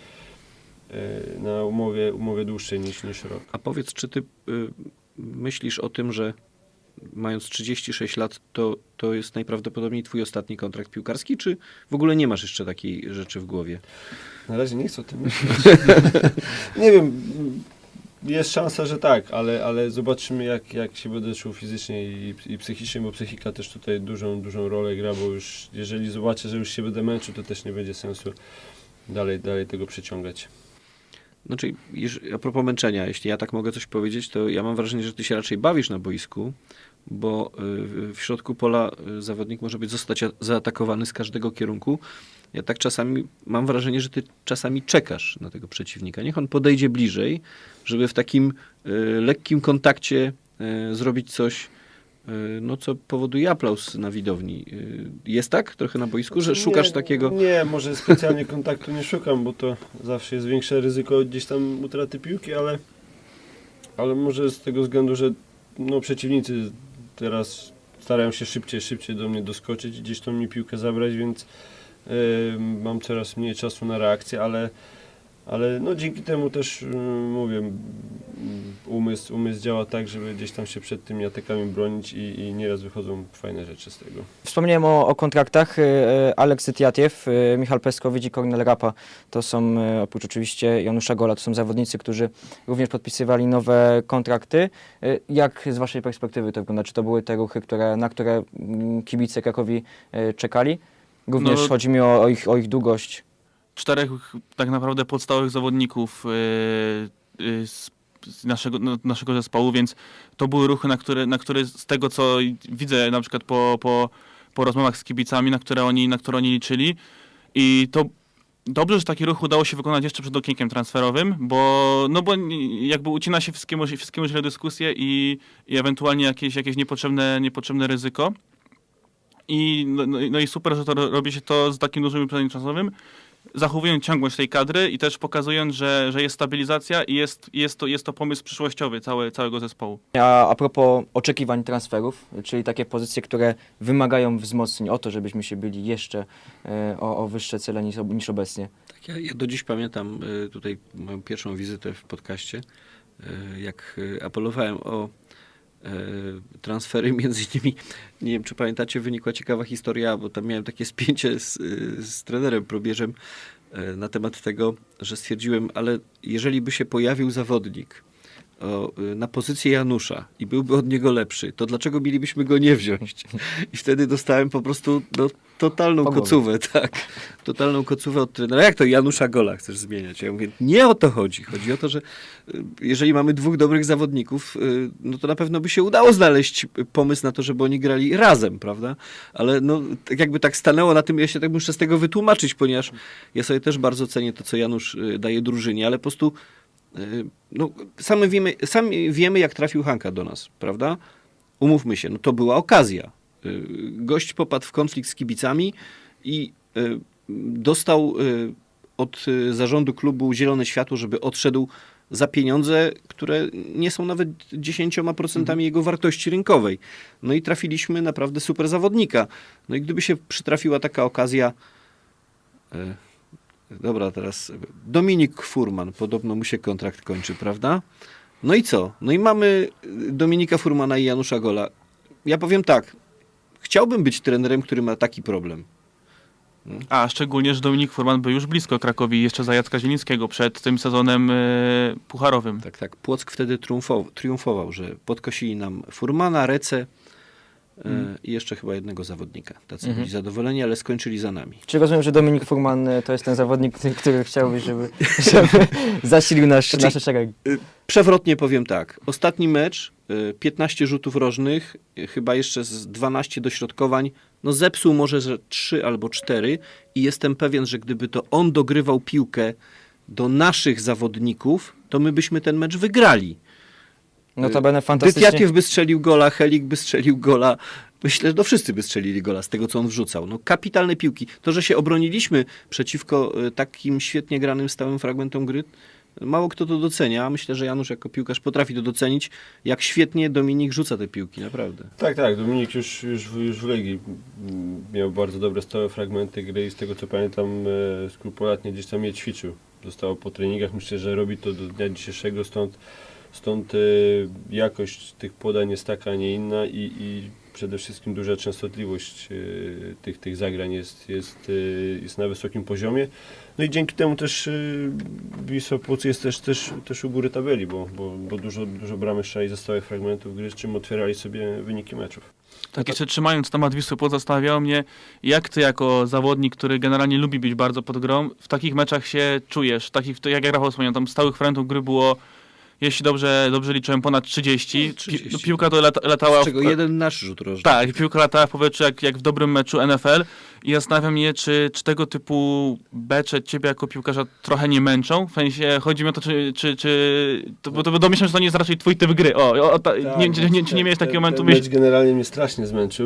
e, na umowie, umowie dłuższej niż, niż rok. A powiedz, czy ty y, myślisz o tym, że mając trzydzieści sześć lat, to, to jest najprawdopodobniej twój ostatni kontrakt piłkarski, czy w ogóle nie masz jeszcze takiej rzeczy w głowie? Na razie nie chcę o tym myśleć. Nie wiem, jest szansa, że tak, ale, ale zobaczymy jak, jak się będę czuł fizycznie i, i psychicznie, bo psychika też tutaj dużą, dużą rolę gra, bo już jeżeli zobaczę, że już się będę męczył, to też nie będzie sensu dalej, dalej tego przeciągać. Znaczy, jeż- a propos męczenia, jeśli ja tak mogę coś powiedzieć, to ja mam wrażenie, że ty się raczej bawisz na boisku, bo y, w środku pola y, zawodnik może być zostać a- zaatakowany z każdego kierunku. Ja tak czasami mam wrażenie, że ty czasami czekasz na tego przeciwnika. Niech on podejdzie bliżej, żeby w takim y, lekkim kontakcie y, zrobić coś, y, no, co powoduje aplauz na widowni. Y, jest tak trochę na boisku, że szukasz nie, takiego... Nie, może specjalnie kontaktu nie szukam, bo to zawsze jest większe ryzyko gdzieś tam utraty piłki, ale, ale może z tego względu, że no, przeciwnicy teraz starają się szybciej, szybciej do mnie doskoczyć i gdzieś tam mi piłkę zabrać, więc yy, mam coraz mniej czasu na reakcję, ale, ale no, dzięki temu też yy, mówię, mm, umysł, umysł działa tak, żeby gdzieś tam się przed tymi atakami bronić i, i nieraz wychodzą fajne rzeczy z tego. Wspomniałem o, o kontraktach. y, y, Aleks Tyatiew, y, Michal Peskowicz i Kornel Rapa. To są, y, oprócz oczywiście Janusza Gola, to są zawodnicy, którzy również podpisywali nowe kontrakty. Y, Jak z waszej perspektywy to wygląda? Czy to były te ruchy, które, na które mm, kibice Krakowi y, czekali? Również No- chodzi mi o, o, ich, o ich długość. Czterech tak naprawdę podstawowych zawodników yy, yy, z, z naszego, no, naszego zespołu, więc to były ruchy, na które, na które z tego, co widzę na przykład po, po, po rozmowach z kibicami, na które oni, na które oni liczyli. I to dobrze, że taki ruch udało się wykonać jeszcze przed okienkiem transferowym, bo, no bo jakby ucina się wszystkie, moż- wszystkie możliwe dyskusje i, i ewentualnie jakieś, jakieś niepotrzebne, niepotrzebne ryzyko. I, no, no, no i super, że to ro- robi się to z takim dużym wyprzedzeniem czasowym, zachowując ciągłość tej kadry i też pokazując, że, że jest stabilizacja i jest, jest, to, jest to pomysł przyszłościowy całe, całego zespołu. A, a propos oczekiwań transferów, czyli takie pozycje, które wymagają wzmocnień o to, żebyśmy się byli jeszcze y, o, o wyższe cele niż, ob- niż obecnie. Tak, ja, ja do dziś pamiętam y, tutaj moją pierwszą wizytę w podcaście, y, jak y, apelowałem o y, transfery, między innymi, nie wiem czy pamiętacie, wynikła ciekawa historia, bo tam miałem takie spięcie z, y, z trenerem Probierzem, e, na temat tego, że stwierdziłem, ale jeżeli by się pojawił zawodnik o, y, na pozycję Janusza i byłby od niego lepszy, to dlaczego mielibyśmy go nie wziąć? I wtedy dostałem po prostu no, totalną Po głowie. kocówę, tak. Totalną kocówę od trenera. Jak to Janusza Gola chcesz zmieniać? Ja mówię, nie o to chodzi. Chodzi o to, że y, jeżeli mamy dwóch dobrych zawodników, y, no to na pewno by się udało znaleźć pomysł na to, żeby oni grali razem, prawda? Ale no, tak jakby tak stanęło na tym, ja się tak muszę z tego wytłumaczyć, ponieważ ja sobie też bardzo cenię to, co Janusz y, daje drużynie, ale po prostu y, no, sami wiemy, sami wiemy, jak trafił Hanka do nas, prawda? Umówmy się, no to była okazja. Y, Gość popadł w konflikt z kibicami i y, dostał y, od y, zarządu klubu zielone światło, żeby odszedł za pieniądze, które nie są nawet dziesięcioma procentami jego wartości rynkowej. No i trafiliśmy naprawdę super zawodnika. No i gdyby się przytrafiła taka okazja, y, dobra, teraz Dominik Furman, podobno mu się kontrakt kończy, prawda? No i co? No i mamy Dominika Furmana i Janusza Gola. Ja powiem tak, chciałbym być trenerem, który ma taki problem. A szczególnie, że Dominik Furman był już blisko Krakowi jeszcze za Jacka Zielińskiego przed tym sezonem e, pucharowym. Tak, tak. Płock wtedy triumfował, triumfował że podkosili nam Furmana, Rece e, i jeszcze chyba jednego zawodnika. Tacy Mhm. byli zadowoleni, ale skończyli za nami. Czy rozumiem, że Dominik Furman y, to jest ten zawodnik, który, który chciałbyś, żeby, żeby zasilił nasz, Znaczy- nasze szeregi? Przewrotnie powiem tak. Ostatni mecz, y, piętnaście rzutów rożnych, y, chyba jeszcze z dwanaście dośrodkowań, no zepsuł może że trzy albo cztery i jestem pewien, że gdyby to on dogrywał piłkę do naszych zawodników, to my byśmy ten mecz wygrali. Notabene fantastycznie. Dytiatiew by strzelił gola, Helik by strzelił gola. Myślę, że no wszyscy by strzelili gola z tego, co on wrzucał. No kapitalne piłki. To, że się obroniliśmy przeciwko y, takim świetnie granym stałym fragmentom gry, mało kto to docenia. A myślę, że Janusz jako piłkarz potrafi to docenić, jak świetnie Dominik rzuca te piłki, naprawdę. Tak, tak, Dominik już, już, w- już w Legii mm, miał bardzo dobre stałe fragmenty gry i z tego co pamiętam e, skrupulatnie gdzieś tam je ćwiczył. Zostało po treningach, myślę, że robi to do dnia dzisiejszego, stąd, stąd e, jakość tych podań jest taka, a nie inna i, i przede wszystkim duża częstotliwość e, tych, tych zagrań jest, jest, e, jest na wysokim poziomie. No i dzięki temu też e, Wisła Płock jest też, też, też u góry tabeli, bo, bo, bo dużo, dużo bramy strzeli ze stałych fragmentów gry, z czym otwierali sobie wyniki meczów. Tak, jeszcze trzymając temat Wisły Płock, zastanawiało mnie, jak ty jako zawodnik, który generalnie lubi być bardzo pod grą, w takich meczach się czujesz? Takich, jak ja Rafał wspomniał, tam stałych fragmentów gry było, jeśli dobrze, dobrze liczyłem, ponad trzydzieści. No, trzydzieści. Pi- no, piłka to lata, latała... Z czego w... jeden nasz rzut rożny. Tak, piłka latała w powietrzu jak, jak w dobrym meczu N F L i zastanawiam się, czy, czy tego typu becze ciebie jako piłkarza trochę nie męczą? W sensie, chodzi mi o to, czy... czy, czy to, bo to domyślam, że to nie jest raczej twój typ gry. O, o ta, nie, nie, nie, czy nie miałeś takiego momentu Ten myśli? mecz generalnie mnie strasznie zmęczył.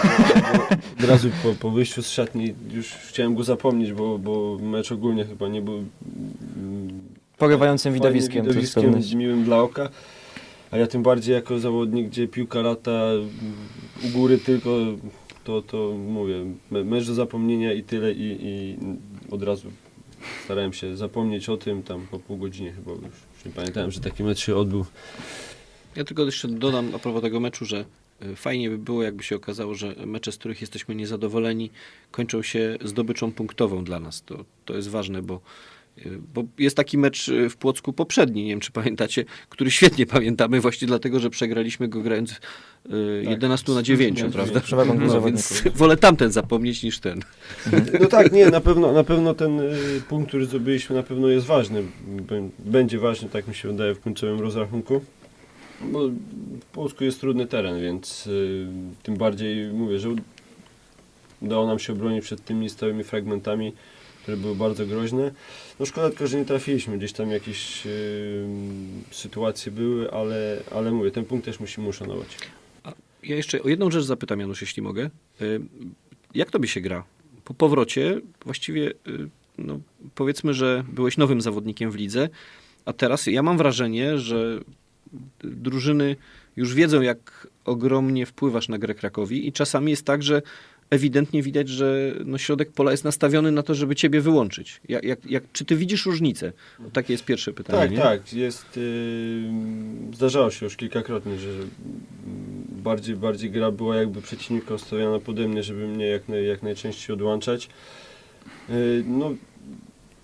Od razu po, po wyjściu z szatni już chciałem go zapomnieć, bo, bo mecz ogólnie chyba nie był mm, Porywającym fajnym widowiskiem, to jest widowiskiem pewność. miłym dla oka. A ja tym bardziej jako zawodnik, gdzie piłka lata u góry tylko, to, to mówię, me- mecz do zapomnienia i tyle i, i od razu starałem się zapomnieć o tym, tam po pół godzinie chyba już, już nie pamiętałem, że taki mecz się odbył. Ja tylko jeszcze dodam a propos tego meczu, że y, fajnie by było, jakby się okazało, że mecze, z których jesteśmy niezadowoleni, kończą się zdobyczą punktową dla nas. To, to jest ważne, bo, y, bo jest taki mecz y, w Płocku poprzedni, nie wiem czy pamiętacie, który świetnie pamiętamy właśnie dlatego, że przegraliśmy go grając y, jedenaście na dziewięć, z- prawda? przewagą dwóch No, zawodników. więc wolę tamten zapomnieć niż ten. No tak, nie, na pewno, na pewno ten y, punkt, który zdobyliśmy, na pewno jest ważny. Bę- Będzie ważny, tak mi się wydaje, w końcowym rozrachunku. Bo w Płocku jest trudny teren, więc y, tym bardziej mówię, że udało nam się obronić przed tymi stałymi fragmentami, które były bardzo groźne. No szkoda tylko, że nie trafiliśmy, gdzieś tam jakieś y, sytuacje były, ale, ale mówię, ten punkt też musimy uszanować. Ja jeszcze o jedną rzecz zapytam, Janusz, jeśli mogę. Y, Jak tobie się gra? Po powrocie właściwie, y, no, powiedzmy, że byłeś nowym zawodnikiem w lidze, a teraz ja mam wrażenie, że drużyny już wiedzą, jak ogromnie wpływasz na grę Krakowi i czasami jest tak, że ewidentnie widać, że no, środek pola jest nastawiony na to, żeby ciebie wyłączyć. Jak, jak, jak, czy ty widzisz różnicę? No, takie jest pierwsze pytanie. Tak, nie? tak. Jest, yy, zdarzało się już kilkakrotnie, że yy, bardziej, bardziej gra była jakby przeciwnika ustawiona pode mnie, żeby mnie jak, naj, jak najczęściej odłączać. Yy, no,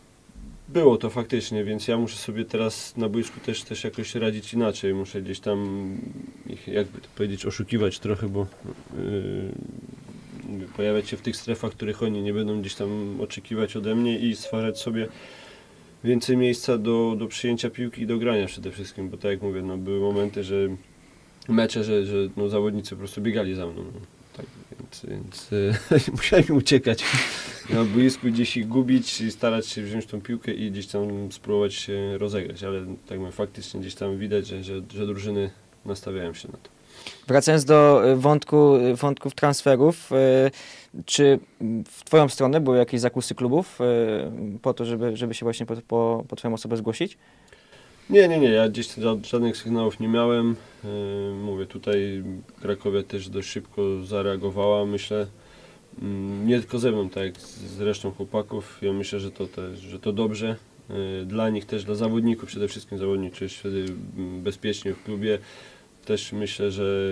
Było to faktycznie, więc ja muszę sobie teraz na boisku też, też jakoś radzić inaczej. Muszę gdzieś tam ich, jakby to powiedzieć, oszukiwać trochę, bo yy, pojawiać się w tych strefach, których oni nie będą gdzieś tam oczekiwać ode mnie i stwarzać sobie więcej miejsca do, do przyjęcia piłki i do grania przede wszystkim, bo tak jak mówię, no, były momenty, że mecze, że, że no, zawodnicy po prostu biegali za mną. No. Tak, więc, więc e, musiałem im uciekać na boisku, gdzieś ich gubić i starać się wziąć tą piłkę i gdzieś tam spróbować się rozegrać, ale tak mówię, faktycznie gdzieś tam widać, że, że, że drużyny nastawiają się na to. Wracając do y, wątku, y, wątków transferów, y, czy w twoją stronę były jakieś zakusy klubów y, po to, żeby, żeby się właśnie po, po, po twoją osobę zgłosić? Nie, nie, nie, ja gdzieś ża- żadnych sygnałów nie miałem. Yy, mówię, tutaj Krakowia też dość szybko zareagowała, myślę. Yy, nie tylko ze mną, tak jak z resztą chłopaków. Ja myślę, że to, też, że to dobrze. Yy, dla nich też, dla zawodników, przede wszystkim zawodnik czuje się wtedy bezpiecznie w klubie. Też myślę, że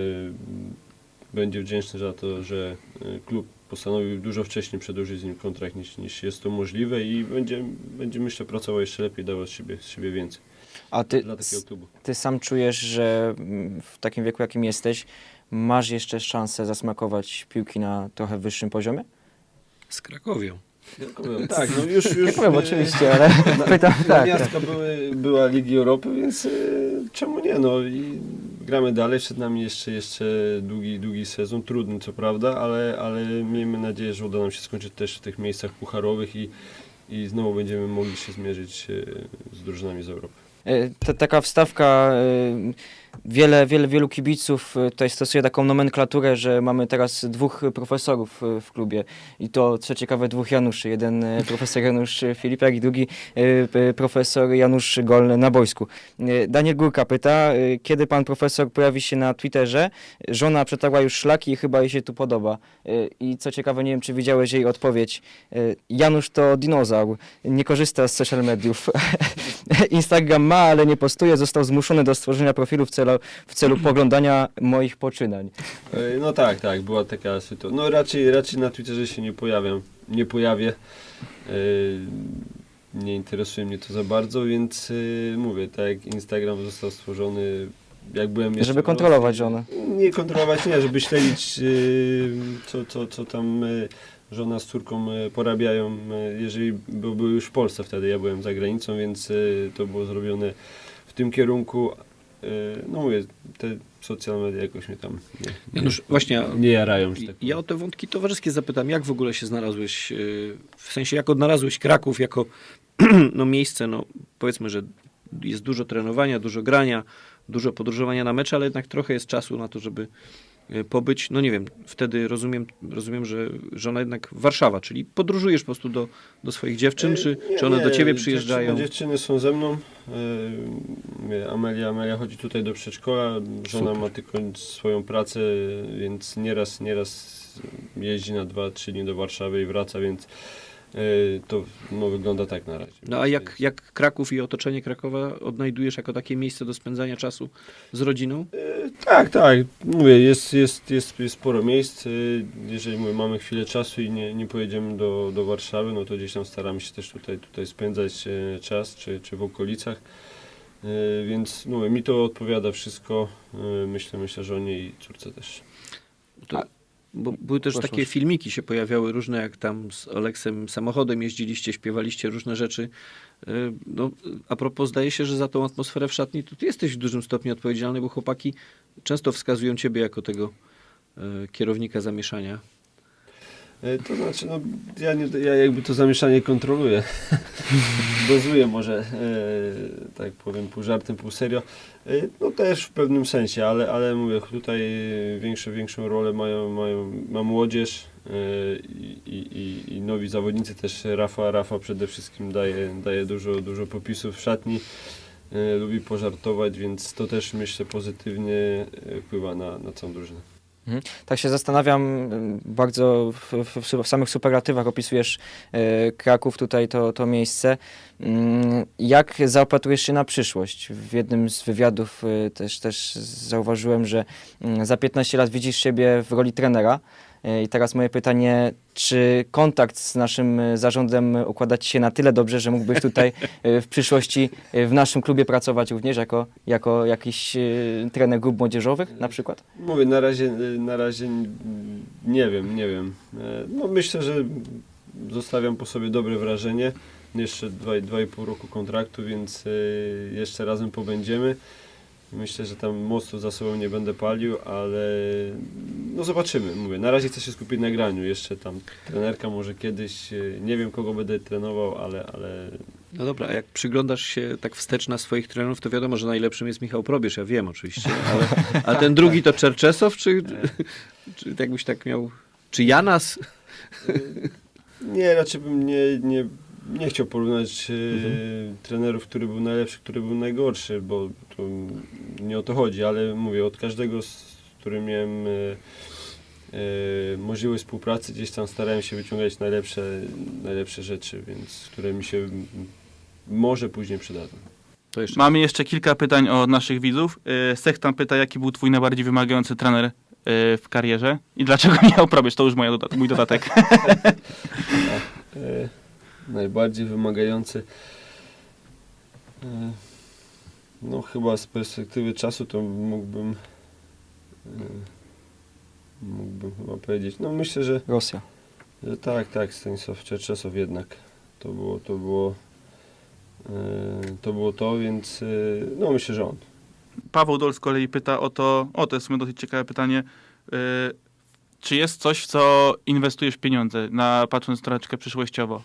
będzie wdzięczny za to, że yy, klub postanowił dużo wcześniej przedłużyć z nim kontrakt niż, niż jest to możliwe i będzie, będzie myślę pracował jeszcze lepiej, dawał z siebie, z siebie więcej. A ty, Dla takiego klubu. ty sam czujesz, że mm, w takim wieku, jakim jesteś, masz jeszcze szansę zasmakować piłki na trochę wyższym poziomie? Z Krakowią. Tak, no już, już Powiem, oczywiście, ale pytam, tak, tak. Miastka były, była Ligi Europy, więc y, czemu nie, no i gramy dalej, przed nami jeszcze, jeszcze długi, długi sezon, trudny co prawda, ale, ale miejmy nadzieję, że uda nam się skończyć też w tych miejscach pucharowych i, i znowu będziemy mogli się zmierzyć y, z drużynami z Europy. Y, ta, taka wstawka, y, wiele, wiele, wielu kibiców y, tutaj stosuje taką nomenklaturę, że mamy teraz dwóch profesorów y, w klubie i to, co ciekawe, dwóch Januszy. Jeden y, profesor Janusz Filipiak i drugi y, y, profesor Janusz Golny na boisku. Y, Daniel Górka pyta, y, kiedy pan profesor pojawi się na Twitterze? Żona przetarła już szlaki i chyba jej się tu podoba. Y, I co ciekawe, nie wiem, czy widziałeś jej odpowiedź. Y, Janusz to dinozaur, nie korzysta z social mediów. Instagram ma, ale nie postuje, został zmuszony do stworzenia profilu w celu, w celu poglądania moich poczynań. Y, No tak, tak, była taka sytuacja. No raczej, raczej na Twitterze się nie pojawiam, nie pojawię. Y, Nie interesuje mnie to za bardzo, więc y, mówię, tak jak Instagram został stworzony, jak byłem jeszcze Żeby w kontrolować Rosji, żonę. Nie kontrolować, nie, żeby śledzić y, co, co, co tam y, żona z córką y, porabiają, y, jeżeli by- były już w Polsce wtedy, ja byłem za granicą, więc y, to było zrobione w tym kierunku. Y, no mówię, te socjalne media jakoś mnie tam nie, nie, Janusz, właśnie, nie jarają, że tak ja o te wątki towarzyskie zapytam, jak w ogóle się znalazłeś, yy, w sensie jak odnalazłeś Kraków jako no, miejsce, no powiedzmy, że jest dużo trenowania, dużo grania, dużo podróżowania na mecze, ale jednak trochę jest czasu na to, żeby yy, pobyć, no nie wiem, wtedy rozumiem, rozumiem, że żona jednak Warszawa, czyli podróżujesz po prostu do, do swoich dziewczyn, czy, Nie, czy one nie, do ciebie przyjeżdżają? Dziewczyny, dziewczyny są ze mną. Yy, Amelia, Amelia chodzi tutaj do przedszkola. Żona Super. ma tylko swoją pracę, więc nieraz, nieraz jeździ na dwa, trzy dni do Warszawy i wraca, więc yy, to no, wygląda tak na razie. No a jak, jak Kraków i otoczenie Krakowa odnajdujesz jako takie miejsce do spędzania czasu z rodziną? Yy, tak, tak. Mówię, jest, jest, jest, jest sporo miejsc. Yy, Jeżeli mówię, mamy chwilę czasu i nie, nie pojedziemy do, do Warszawy, no to gdzieś tam staramy się też tutaj, tutaj spędzać yy, czas, czy, czy w okolicach. Yy, Więc no, mówię, mi to odpowiada wszystko. Yy, Myślę, myślę, że o niej i córce też. To, bo były też Proszę, takie proszę. filmiki się pojawiały różne, jak tam z Oleksem samochodem jeździliście, śpiewaliście różne rzeczy. Yy, No, a propos, zdaje się, że za tą atmosferę w szatni to ty jesteś w dużym stopniu odpowiedzialny, bo chłopaki często wskazują ciebie jako tego yy, kierownika zamieszania. E, To znaczy, no, ja, nie, ja jakby to zamieszanie kontroluję. Dozuję może, e, tak powiem, pół żartem, pół serio. E, no też w pewnym sensie, ale, ale mówię, tutaj większą, większą rolę mają, mają, ma młodzież e, i, i, i nowi zawodnicy też. Rafa, Rafa przede wszystkim daje, daje dużo, dużo popisów w szatni. E, lubi pożartować, więc to też myślę pozytywnie e, wpływa na, na całą drużynę. Mhm. Tak się zastanawiam, y, bardzo w, w, w samych superlatywach opisujesz y, Kraków, tutaj to, to miejsce. Mm, Jak zaopatrujesz się na przyszłość? W jednym z wywiadów y, też, też zauważyłem, że mm, za piętnaście lat widzisz siebie w roli trenera. E, I teraz moje pytanie, czy kontakt z naszym e, zarządem układa Ci się na tyle dobrze, że mógłbyś tutaj e, w przyszłości e, w naszym klubie pracować również jako, jako jakiś e, trener grup młodzieżowych na przykład? Mówię, na razie, na razie n- nie wiem, nie wiem. E, No myślę, że zostawiam po sobie dobre wrażenie. Jeszcze dwa, dwa i pół roku kontraktu, więc e, jeszcze razem pobędziemy. Myślę, że tam mocno za sobą nie będę palił, ale no zobaczymy. Mówię, na razie chcę się skupić na graniu. Jeszcze tam trenerka może kiedyś, e, nie wiem kogo będę trenował, ale, ale No dobra, a jak przyglądasz się tak wstecz na swoich trenerów, to wiadomo, że najlepszym jest Michał Probierz, ja wiem oczywiście, ale, a ten drugi to Czerczesow, czy, czy jakbyś tak miał, czy Janas? nie, raczej bym nie, nie, nie chciał porównać e, Mhm. trenerów, który był najlepszy, który był najgorszy, bo to nie o to chodzi, ale mówię, od każdego, z którym miałem e, e, możliwość współpracy, gdzieś tam starałem się wyciągać najlepsze, najlepsze rzeczy, więc które mi się m, może później przydadzą. To jeszcze Mamy jeszcze kilka pytań od naszych widzów. E, Sektan pyta, jaki był twój najbardziej wymagający trener e, w karierze i dlaczego Michał Probierz? To już moja doda- mój dodatek. E, najbardziej wymagający. E, no chyba z perspektywy czasu to mógłbym e, mógłbym chyba powiedzieć. No myślę, że, Rosja. że tak, tak, Stanisław Czerczesow jednak. To było, to było e, to było to, więc e, no myślę, że on. Paweł Dol z kolei pyta o to, o to jest w sumie dosyć ciekawe pytanie, e, czy jest coś, w co inwestujesz pieniądze, na, patrząc troszeczkę przyszłościowo?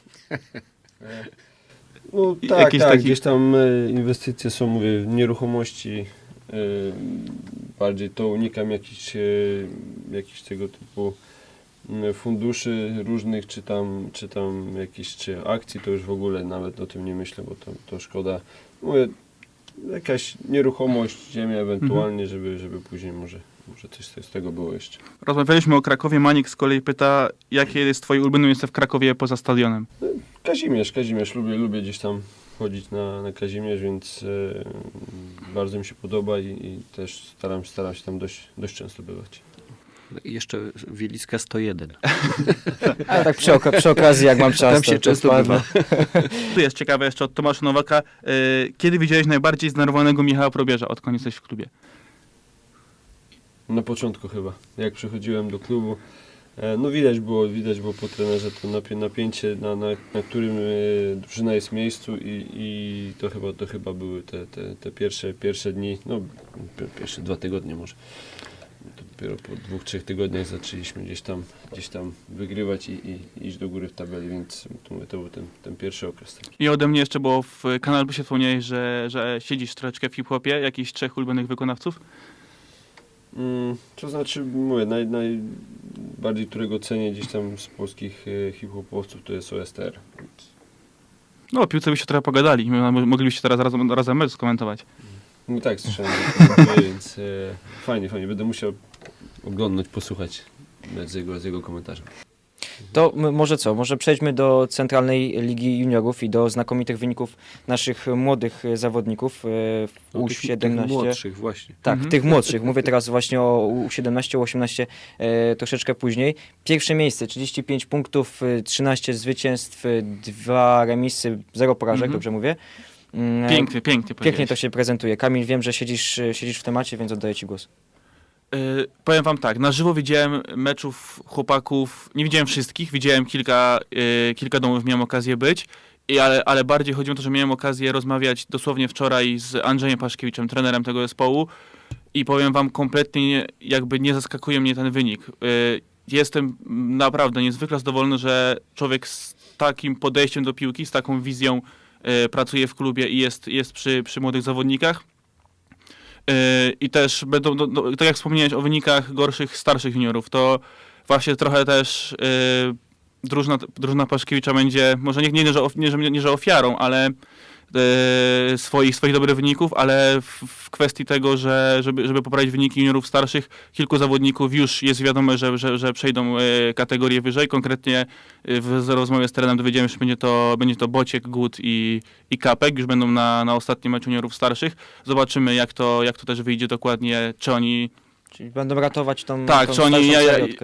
No I tak, jakiś tak, taki- gdzieś tam e, inwestycje są, mówię, w nieruchomości, e, bardziej to unikam jakichś, e, jakichś tego typu m, funduszy różnych, czy tam, czy tam jakichś czy akcji, to już w ogóle nawet o tym nie myślę, bo to, to szkoda. Mówię, jakaś nieruchomość, ziemia ewentualnie, żeby, żeby później może, może coś z tego było jeszcze. Rozmawialiśmy o Krakowie, Manik z kolei pyta, jakie jest twoje ulubione miejsce w Krakowie poza stadionem? Kazimierz, Kazimierz, lubię, lubię gdzieś tam chodzić na, na Kazimierz, więc e, bardzo mi się podoba i, i też staram, staram się tam dość, dość często bywać. jeszcze Wielicka sto jeden. Ale tak przy, oka- przy okazji, jak mam czas, Tam to, się to często wpadnę. bywa. Tu jest ciekawe jeszcze od Tomasza Nowaka, e, kiedy widziałeś najbardziej zdenerwowanego Michała Probierza, odkąd jesteś w klubie? Na początku chyba, jak przychodziłem do klubu, e, no widać było, widać było po trenerze to napię- napięcie, na, na, na którym e, drużyna jest w miejscu i, i to chyba, to chyba były te, te, te pierwsze, pierwsze dni, no pi- pierwsze dwa tygodnie może. To dopiero po dwóch, trzech tygodniach zaczęliśmy gdzieś tam, gdzieś tam wygrywać i, i iść do góry w tabeli, więc to, mówię, to był ten, ten pierwszy okres. I ode mnie jeszcze, bo w kanale się wspomniałeś, że, że siedzisz troszeczkę w hip-hopie, jakichś trzech ulubionych wykonawców? Mm, to znaczy, mówię, naj, najbardziej, którego cenię gdzieś tam z polskich e, hip-hopowców, to jest O S T R. Więc No, o piłce byście trochę pogadali, my- moglibyście teraz razem, razem mecz skomentować. No tak, słyszałem, że to dzieje, więc e, fajnie, fajnie. Będę musiał oglądać, posłuchać z jego, z jego komentarzem. To m- może co, może przejdźmy do Centralnej Ligi Juniorów i do znakomitych wyników naszych młodych e, zawodników e, w No, U tych- tych siedemnaście. młodszych właśnie. Tak, Mhm. tych młodszych. Mówię teraz właśnie o U siedemnaście, U osiemnaście e, troszeczkę później. Pierwsze miejsce, trzydzieści pięć punktów, e, trzynaście zwycięstw, e, dwa remisy, zero porażek, Mhm. dobrze mówię. Mm, Pięknie, pięknie Pięknie powiedziałeś. to się prezentuje. Kamil, wiem, że siedzisz, e, siedzisz w temacie, więc oddaję Ci głos. Yy, powiem wam tak, na żywo widziałem meczów chłopaków, nie widziałem wszystkich, widziałem kilka, yy, kilka domów, miałem okazję być, i ale, ale bardziej chodzi o to, że miałem okazję rozmawiać dosłownie wczoraj z Andrzejem Paszkiewiczem, trenerem tego zespołu i powiem wam, kompletnie nie, jakby nie zaskakuje mnie ten wynik. Yy, jestem naprawdę niezwykle zadowolony, że człowiek z takim podejściem do piłki, z taką wizją yy, pracuje w klubie i jest, jest przy, przy młodych zawodnikach. Yy, I też będą, no, no, tak jak wspomniałeś o wynikach gorszych, starszych juniorów, to właśnie trochę też yy, drużyna, drużyna Paszkiewicza będzie, może nie, nie, że, of- nie, że, nie, że ofiarą, ale yy, swoich, swoich dobrych wyników, ale w, w kwestii tego, że żeby, żeby poprawić wyniki juniorów starszych, kilku zawodników już jest wiadome, że, że, że przejdą yy, kategorię wyżej. Konkretnie yy, w z rozmowie z trenerem dowiedziałem się, że będzie to, będzie to Bociek, Gut i, i Kapek, już będą na, na ostatnim meczu juniorów starszych. Zobaczymy, jak to, jak to też wyjdzie dokładnie, czy oni, Czyli będą ratować tą, Tak, tą czy oni- starszą ja- ja- seriotkę.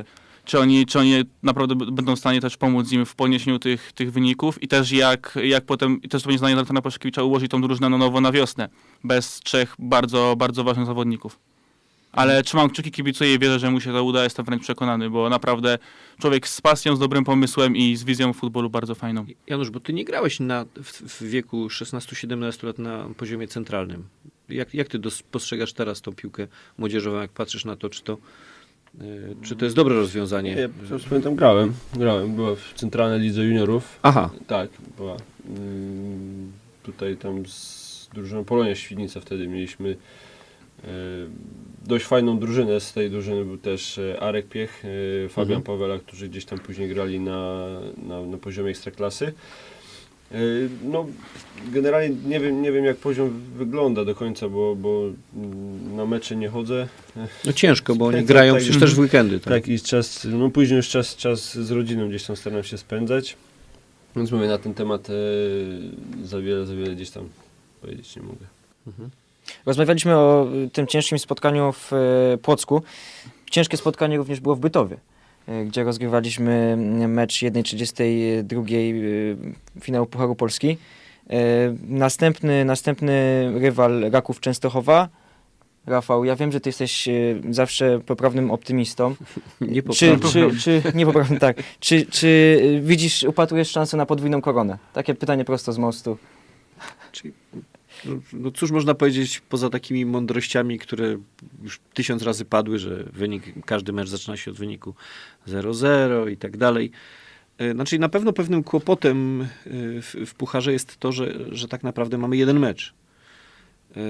czy oni, czy oni naprawdę b- będą w stanie też pomóc im w podniesieniu tych, tych wyników i też jak, jak potem, i też to będzie zdanie Zoltana Paszkiewicza, ułożyć tą drużynę na nowo na wiosnę, bez trzech bardzo, bardzo ważnych zawodników. Ale trzymam kciuki, kibicuję i wierzę, że mu się to uda, jestem wręcz przekonany, bo naprawdę człowiek z pasją, z dobrym pomysłem i z wizją futbolu bardzo fajną. Janusz, bo ty nie grałeś na, w, w wieku szesnastu siedemnastu lat na poziomie centralnym. Jak, jak ty dos- postrzegasz teraz tą piłkę młodzieżową, jak patrzysz na to, czy to, yy, czy to jest dobre rozwiązanie? Nie, ja pamiętam, grałem, grałem, była w centralnej lidze juniorów. Aha, Tak, była. Mm, tutaj tam z drużyną Polonia Świdnica wtedy mieliśmy e, dość fajną drużynę. Z tej drużyny był też e, Arek Piech, e, Fabian Mhm. Pawela, którzy gdzieś tam później grali na, na, na poziomie ekstraklasy. E, no, generalnie nie wiem, nie wiem jak poziom wygląda do końca, bo, bo mm, na mecze nie chodzę. no ciężko, bo oni Tak, grają tak, przecież tak. też w weekendy. Tak? Tak, i czas, no później już czas, czas z rodziną gdzieś tam staram się spędzać. Więc mówię, na ten temat e, za wiele, za wiele gdzieś tam powiedzieć nie mogę. Rozmawialiśmy o y, tym ciężkim spotkaniu w y, Płocku. Ciężkie spotkanie również było w Bytowie, y, gdzie rozgrywaliśmy mm, mecz jeden trzydziestej drugiej y, finału Pucharu Polski. Y, Następny, następny rywal Raków Częstochowa. Rafał, ja wiem, że ty jesteś y, zawsze poprawnym optymistą. Nie Czy, poprawnym. czy, czy, nie poprawnym, tak. Czy, czy y, widzisz, upatrujesz szansę na podwójną koronę? Takie pytanie prosto z mostu. Czyli, no, no cóż można powiedzieć poza takimi mądrościami, które już tysiąc razy padły, że wynik, każdy mecz zaczyna się od wyniku zero zero i tak dalej. E, Znaczy na pewno pewnym kłopotem e, w, w Pucharze jest to, że, że tak naprawdę mamy jeden mecz. E,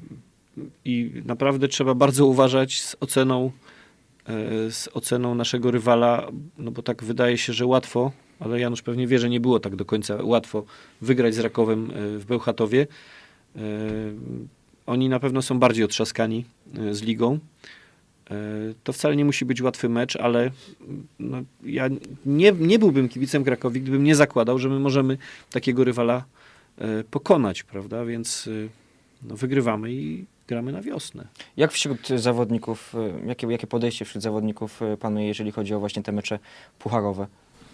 I naprawdę trzeba bardzo uważać z oceną, e, z oceną naszego rywala, no bo tak wydaje się, że łatwo, ale Janusz pewnie wie, że nie było tak do końca łatwo wygrać z Rakowem e, w Bełchatowie. E, Oni na pewno są bardziej otrzaskani e, z ligą. E, To wcale nie musi być łatwy mecz, ale no, ja nie, nie byłbym kibicem Krakowi, gdybym nie zakładał, że my możemy takiego rywala e, pokonać, prawda? Więc e, no, wygrywamy i gramy na wiosnę. Jak wśród zawodników, y, jakie, jakie podejście wśród zawodników y, panuje, jeżeli chodzi o właśnie te mecze pucharowe?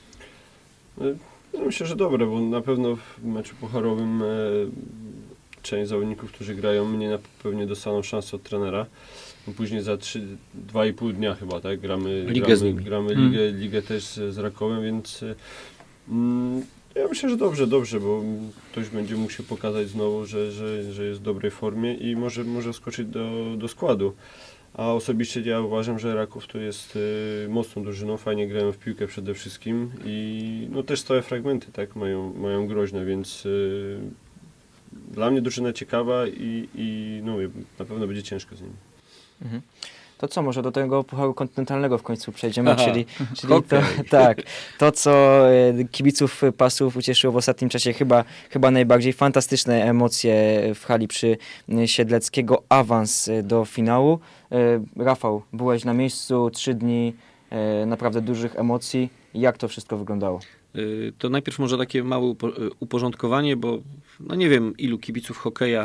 Ja myślę, że dobre, bo na pewno w meczu pucharowym e, część zawodników, którzy grają mnie na pewnie dostaną szansę od trenera. No później za trzy, dwa i pół dnia chyba, tak? Gramy, Ligę gramy, z nimi. gramy Mm. ligę, ligę też z, z Rakowem, więc e, mm, ja myślę, że dobrze, dobrze, bo ktoś będzie mógł się pokazać znowu, że, że, że jest w dobrej formie i może, może wskoczyć do, do składu. A osobiście ja uważam, że Raków to jest y, mocną drużyną, fajnie grają w piłkę przede wszystkim i no też stałe fragmenty tak mają, mają groźne, więc y, dla mnie drużyna ciekawa i, i no, na pewno będzie ciężko z nimi. Mhm. To co, może do tego Pucharu Kontynentalnego w końcu przejdziemy, Aha, czyli, czyli to, hokej. tak, to co e, kibiców Pasów ucieszyło w ostatnim czasie chyba, chyba najbardziej, fantastyczne emocje w hali przy e, Siedleckiego, awans e, do finału. E, Rafał, byłeś na miejscu, trzy dni e, naprawdę dużych emocji. Jak to wszystko wyglądało? Y, To najpierw może takie małe upo- y, uporządkowanie, bo no nie wiem ilu kibiców hokeja,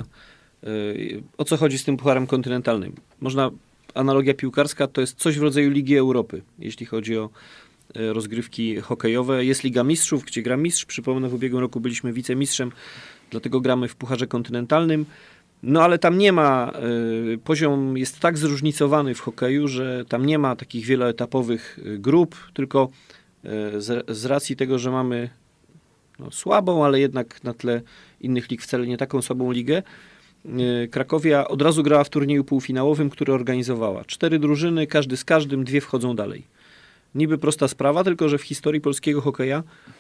y, o co chodzi z tym Pucharem Kontynentalnym. Można, analogia piłkarska to jest coś w rodzaju Ligi Europy, jeśli chodzi o y, rozgrywki hokejowe. Jest Liga Mistrzów, gdzie gra mistrz. Przypomnę, w ubiegłym roku byliśmy wicemistrzem, dlatego gramy w Pucharze Kontynentalnym. No ale tam nie ma, y, poziom jest tak zróżnicowany w hokeju, że tam nie ma takich wieloetapowych y, grup, tylko y, z, z racji tego, że mamy no, słabą, ale jednak na tle innych lig wcale nie taką słabą ligę, y, Krakowia od razu grała w turnieju półfinałowym, który organizowała. Cztery drużyny, każdy z każdym, dwie wchodzą dalej. Niby prosta sprawa, tylko że w historii polskiego hokeja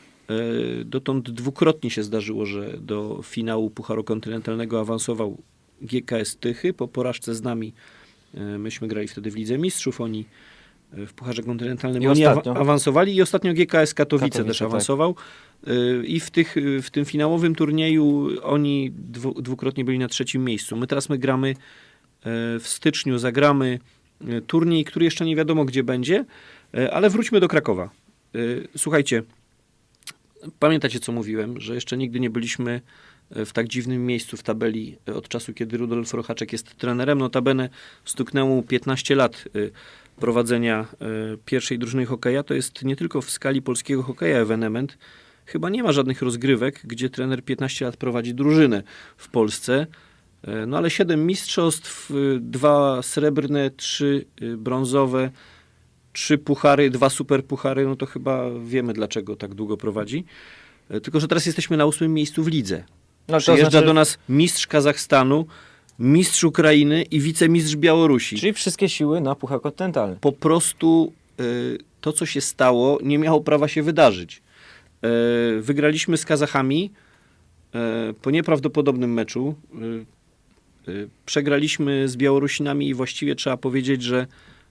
y, dotąd dwukrotnie się zdarzyło, że do finału Pucharu Kontynentalnego awansował G K S Tychy po porażce z nami. y, Myśmy grali wtedy w Lidze Mistrzów, oni y, w Pucharze Kontynentalnym I oni awa- ostatnio. awansowali i ostatnio G K S Katowice, Katowice, też tak. awansował. Y, I w, tych, y, w tym finałowym turnieju oni dwu, dwukrotnie byli na trzecim miejscu. My teraz my gramy y, w styczniu, zagramy y, turniej, który jeszcze nie wiadomo gdzie będzie, y, ale wróćmy do Krakowa. Y, Słuchajcie, pamiętacie co mówiłem, że jeszcze nigdy nie byliśmy w tak dziwnym miejscu w tabeli od czasu, kiedy Rudolf Rochaczek jest trenerem. Notabene stuknęło mu piętnaście lat. prowadzenia e, pierwszej drużyny hokeja, to jest nie tylko w skali polskiego hokeja ewenement. Chyba nie ma żadnych rozgrywek, gdzie trener piętnaście lat prowadzi drużynę w Polsce. E, no ale siedem mistrzostw, y, dwa srebrne, trzy y, brązowe, trzy puchary, dwa super puchary, no to chyba wiemy, dlaczego tak długo prowadzi. E, tylko, że teraz jesteśmy na ósmym miejscu w lidze. No, to Przyjeżdża znaczy, do nas mistrz Kazachstanu, mistrz Ukrainy i wicemistrz Białorusi. czyli wszystkie siły na Puchar Kontynentalny. Po prostu y, to, co się stało, nie miało prawa się wydarzyć. Y, wygraliśmy z Kazachami y, po nieprawdopodobnym meczu. Y, y, przegraliśmy z Białorusinami i właściwie trzeba powiedzieć, że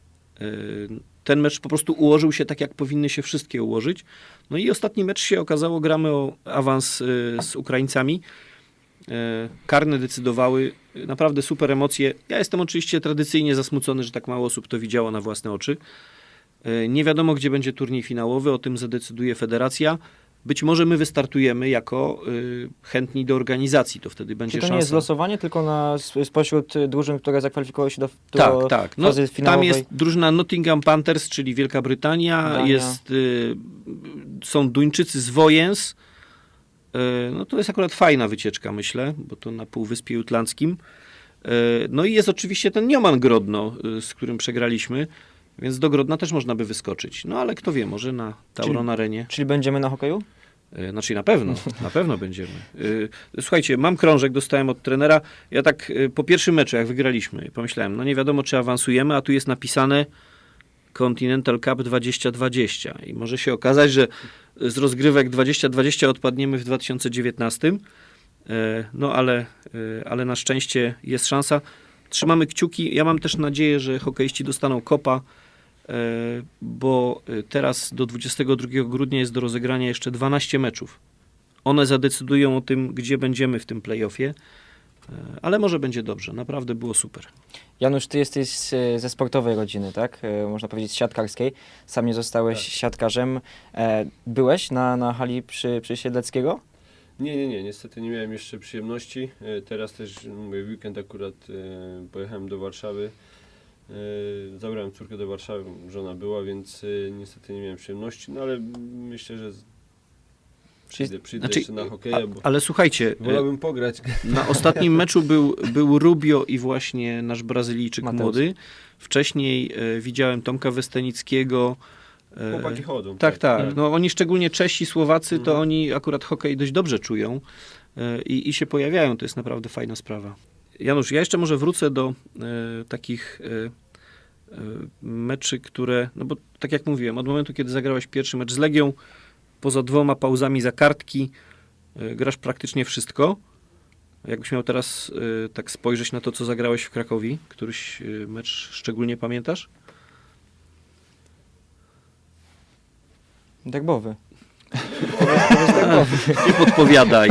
y, ten mecz po prostu ułożył się tak, jak powinny się wszystkie ułożyć. No i ostatni mecz się okazało, gramy o awans y, z Ukraińcami. E, Karne decydowały, naprawdę super emocje. Ja jestem oczywiście tradycyjnie zasmucony, że tak mało osób to widziało na własne oczy. E, Nie wiadomo, gdzie będzie turniej finałowy, o tym zadecyduje federacja. Być może my wystartujemy jako y, chętni do organizacji, to wtedy będzie Czy to szansa. nie jest losowanie, tylko na, sp- spośród y, drużyn, które zakwalifikowały się do, do Tak, tak. No, fazy tam finałowej? jest drużyna Nottingham Panthers, czyli Wielka Brytania, Dania. jest, y, są Duńczycy z Wojens. Y, no to jest akurat fajna wycieczka, myślę, bo to na Półwyspie Jutlandzkim. Y, no i jest oczywiście ten Nioman Grodno, y, z którym przegraliśmy, więc do Grodna też można by wyskoczyć. No ale kto wie, może na Tauron Arenie. Czyli będziemy na hokeju? Y, Znaczy na pewno, na pewno będziemy. Y, Słuchajcie, mam krążek, dostałem od trenera. Ja tak y, po pierwszym meczu, jak wygraliśmy, pomyślałem, no nie wiadomo, czy awansujemy, a tu jest napisane Continental Cup dwadzieścia dwadzieścia i może się okazać, że z rozgrywek dwadzieścia dwadzieścia odpadniemy w dwa tysiące dziewiętnastym. E, No ale, e, ale na szczęście jest szansa. Trzymamy kciuki. Ja mam też nadzieję, że hokeiści dostaną kopa, e, bo e, teraz do dwudziestego drugiego grudnia jest do rozegrania jeszcze dwanaście meczów. One zadecydują o tym, gdzie będziemy w tym play-offie, e, ale może będzie dobrze. Naprawdę było super. Janusz, ty jesteś e, ze sportowej rodziny, tak? E, Można powiedzieć siatkarskiej. Sam nie zostałeś Tak. siatkarzem. E, Byłeś na, na hali przy, przy Siedleckiego? Nie, nie, nie, niestety nie miałem jeszcze przyjemności. E, Teraz też mówię, w weekend akurat e, pojechałem do Warszawy. E, Zabrałem córkę do Warszawy, żona była, więc e, niestety nie miałem przyjemności, no ale myślę, że z- przyjdę, przyjdę Znaczy, jeszcze na a, hokeja, bo ale słuchajcie, e, wolałbym pograć. na ostatnim meczu był, był Rubio i właśnie nasz Brazylijczyk Mateusz. młody. Wcześniej e, widziałem Tomka Westenickiego. e, Chłopaki chodzą. Tak, tak. Mhm. No, oni szczególnie Czesi, Słowacy, to Mhm. oni akurat hokej dość dobrze czują e, i, i się pojawiają. To jest naprawdę fajna sprawa. Janusz, ja jeszcze może wrócę do e, takich e, e, meczy, które, no bo tak jak mówiłem, od momentu, kiedy zagrałeś pierwszy mecz z Legią, poza dwoma pauzami za kartki, e, grasz praktycznie wszystko. Jakbyś miał teraz e, tak spojrzeć na to, co zagrałeś w Krakowi, któryś e, mecz szczególnie pamiętasz? Derbowy. Nie podpowiadaj.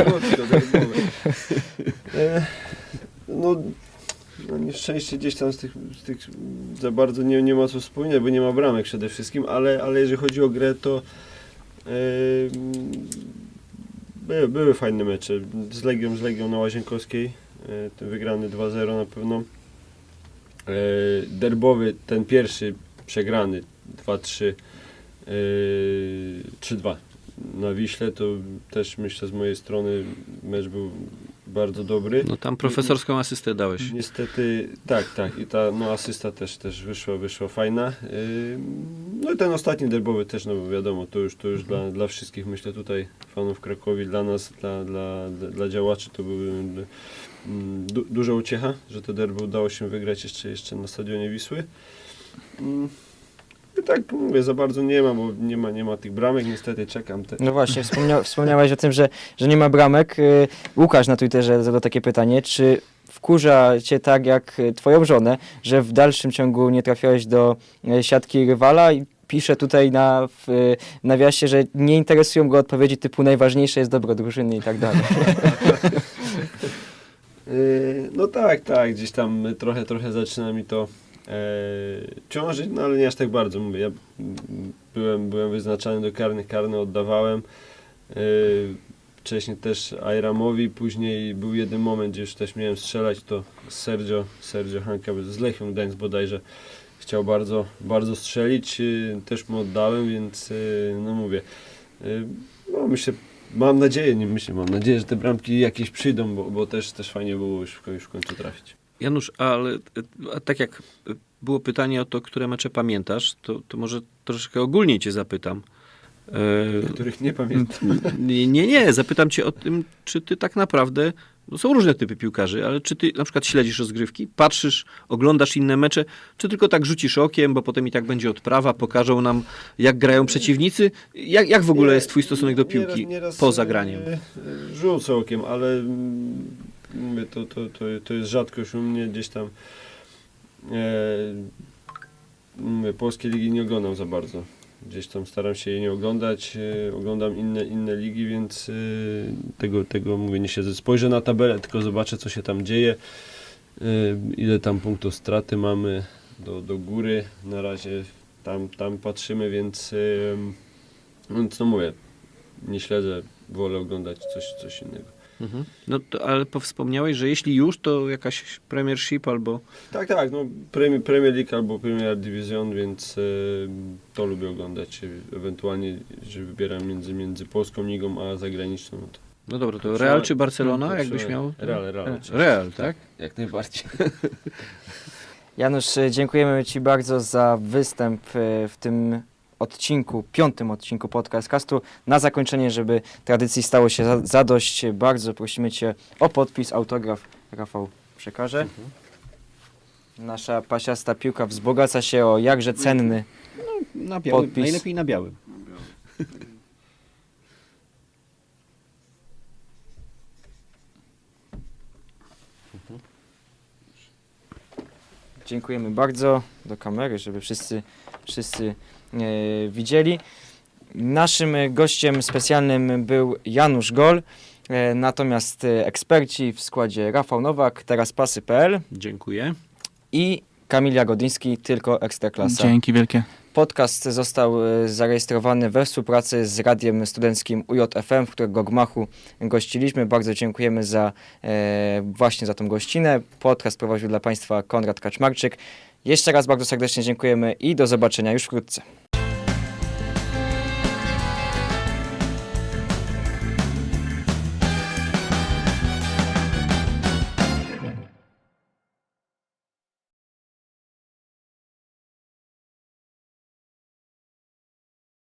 E, No, no nieszczęście gdzieś tam z tych, z tych za bardzo nie, nie ma co wspomnieć, bo nie ma bramek przede wszystkim, ale, ale jeżeli chodzi o grę, to e, były, były fajne mecze. Z Legią, z Legią na Łazienkowskiej, e, ten wygrany dwa zero na pewno. E, derbowy, ten pierwszy przegrany dwa trzy, e, trzy dwa na Wiśle, to też myślę z mojej strony mecz był bardzo dobry. No tam profesorską asystę dałeś. Niestety, tak, tak. I ta no, asysta też, też wyszła, wyszła fajna. Ym, No i ten ostatni derbowy też, no wiadomo, to już, to już dla, dla wszystkich, myślę tutaj fanów Krakowi, dla nas, dla, dla, dla, dla działaczy to były ym, du, duża uciecha, że to derby udało się wygrać jeszcze, jeszcze na stadionie Wisły. Ym, I tak mówię, za bardzo nie ma, bo nie ma, nie ma tych bramek, niestety czekam. Te, No właśnie, wspomnia, wspomniałeś o tym, że, że nie ma bramek. Y, Łukasz na Twitterze zadał takie pytanie, czy wkurza cię tak jak y, twoją żonę, że w dalszym ciągu nie trafiałeś do y, siatki rywala i pisze tutaj na w y, nawiasie, że nie interesują go odpowiedzi typu najważniejsze jest dobro drużyny i tak dalej. Yy, No tak, tak, gdzieś tam trochę, trochę zaczyna mi to e, ciążyć, no ale nie aż tak bardzo, mówię, ja mm, byłem, byłem wyznaczany do karnych, karne oddawałem, e, wcześniej też Ajramowi, później był jeden moment, gdzie już też miałem strzelać, to Sergio, Sergio Hanka z Lechią Gdańsk bodajże chciał bardzo, bardzo strzelić, y, też mu oddałem, więc y, no mówię, y, no myślę, mam nadzieję, nie myślę, mam nadzieję, że te bramki jakieś przyjdą, bo, bo też, też fajnie było już w, już w końcu trafić. Janusz, ale a tak jak było pytanie o to, które mecze pamiętasz, to, to może troszeczkę ogólnie cię zapytam. E, Których nie pamiętam. Nie, nie, nie, zapytam cię o tym, czy ty tak naprawdę, no są różne typy piłkarzy, ale czy ty na przykład śledzisz rozgrywki, patrzysz, oglądasz inne mecze, czy tylko tak rzucisz okiem, bo potem i tak będzie odprawa, pokażą nam, jak grają przeciwnicy? Jak, jak w ogóle Nie, jest twój stosunek do piłki nieraz, nieraz, poza graniem? e, e, Rzucę okiem, ale mm, mówię, to, to, to, to jest rzadkość u mnie gdzieś tam. E, mówię, polskiej ligi nie oglądam za bardzo. Gdzieś tam staram się jej nie oglądać, e, oglądam inne, inne ligi, więc e, tego, tego mówię, nie siedzę. Spojrzę na tabelę, tylko zobaczę, co się tam dzieje, e, ile tam punktów straty mamy do, do góry. Na razie tam, tam patrzymy, więc, e, więc no mówię, nie śledzę, wolę oglądać coś, coś innego. Mhm. No to, ale wspomniałeś, że jeśli już, to jakaś Premiership albo... Tak, tak, no Premier, Premier League albo Premier Division, więc e, to lubię oglądać. Ewentualnie, że wybieram między, między polską ligą a zagraniczną. No to No dobra, to Trzeba- Real czy Barcelona, to jakbyś trzeba- miał? Real, Real. oczywiście. Real, tak? Jak najbardziej. Janusz, e, dziękujemy Ci bardzo za występ e, w tym odcinku, piątym odcinku Podcastcastu. Na zakończenie, żeby tradycji stało się za- zadość, bardzo prosimy Cię o podpis, autograf. Rafał przekaże. Nasza pasiasta piłka wzbogaca się o jakże cenny. Na białym, Podpis. najlepiej na białym. Dziękujemy bardzo do kamery, żeby wszyscy, wszyscy e, widzieli. Naszym gościem specjalnym był Janusz Gol, e, natomiast e, eksperci w składzie Rafał Nowak, teraz pasy kropka p l Dziękuję. i Kamil Jagodyński, tylko Ekstraklasa. Dzięki wielkie. Podcast został e, zarejestrowany we współpracy z Radiem Studenckim U J F M, w którego gmachu gościliśmy. Bardzo dziękujemy za e, właśnie za tą gościnę. Podcast prowadził dla Państwa Konrad Kaczmarczyk. Jeszcze raz bardzo serdecznie dziękujemy i do zobaczenia już wkrótce.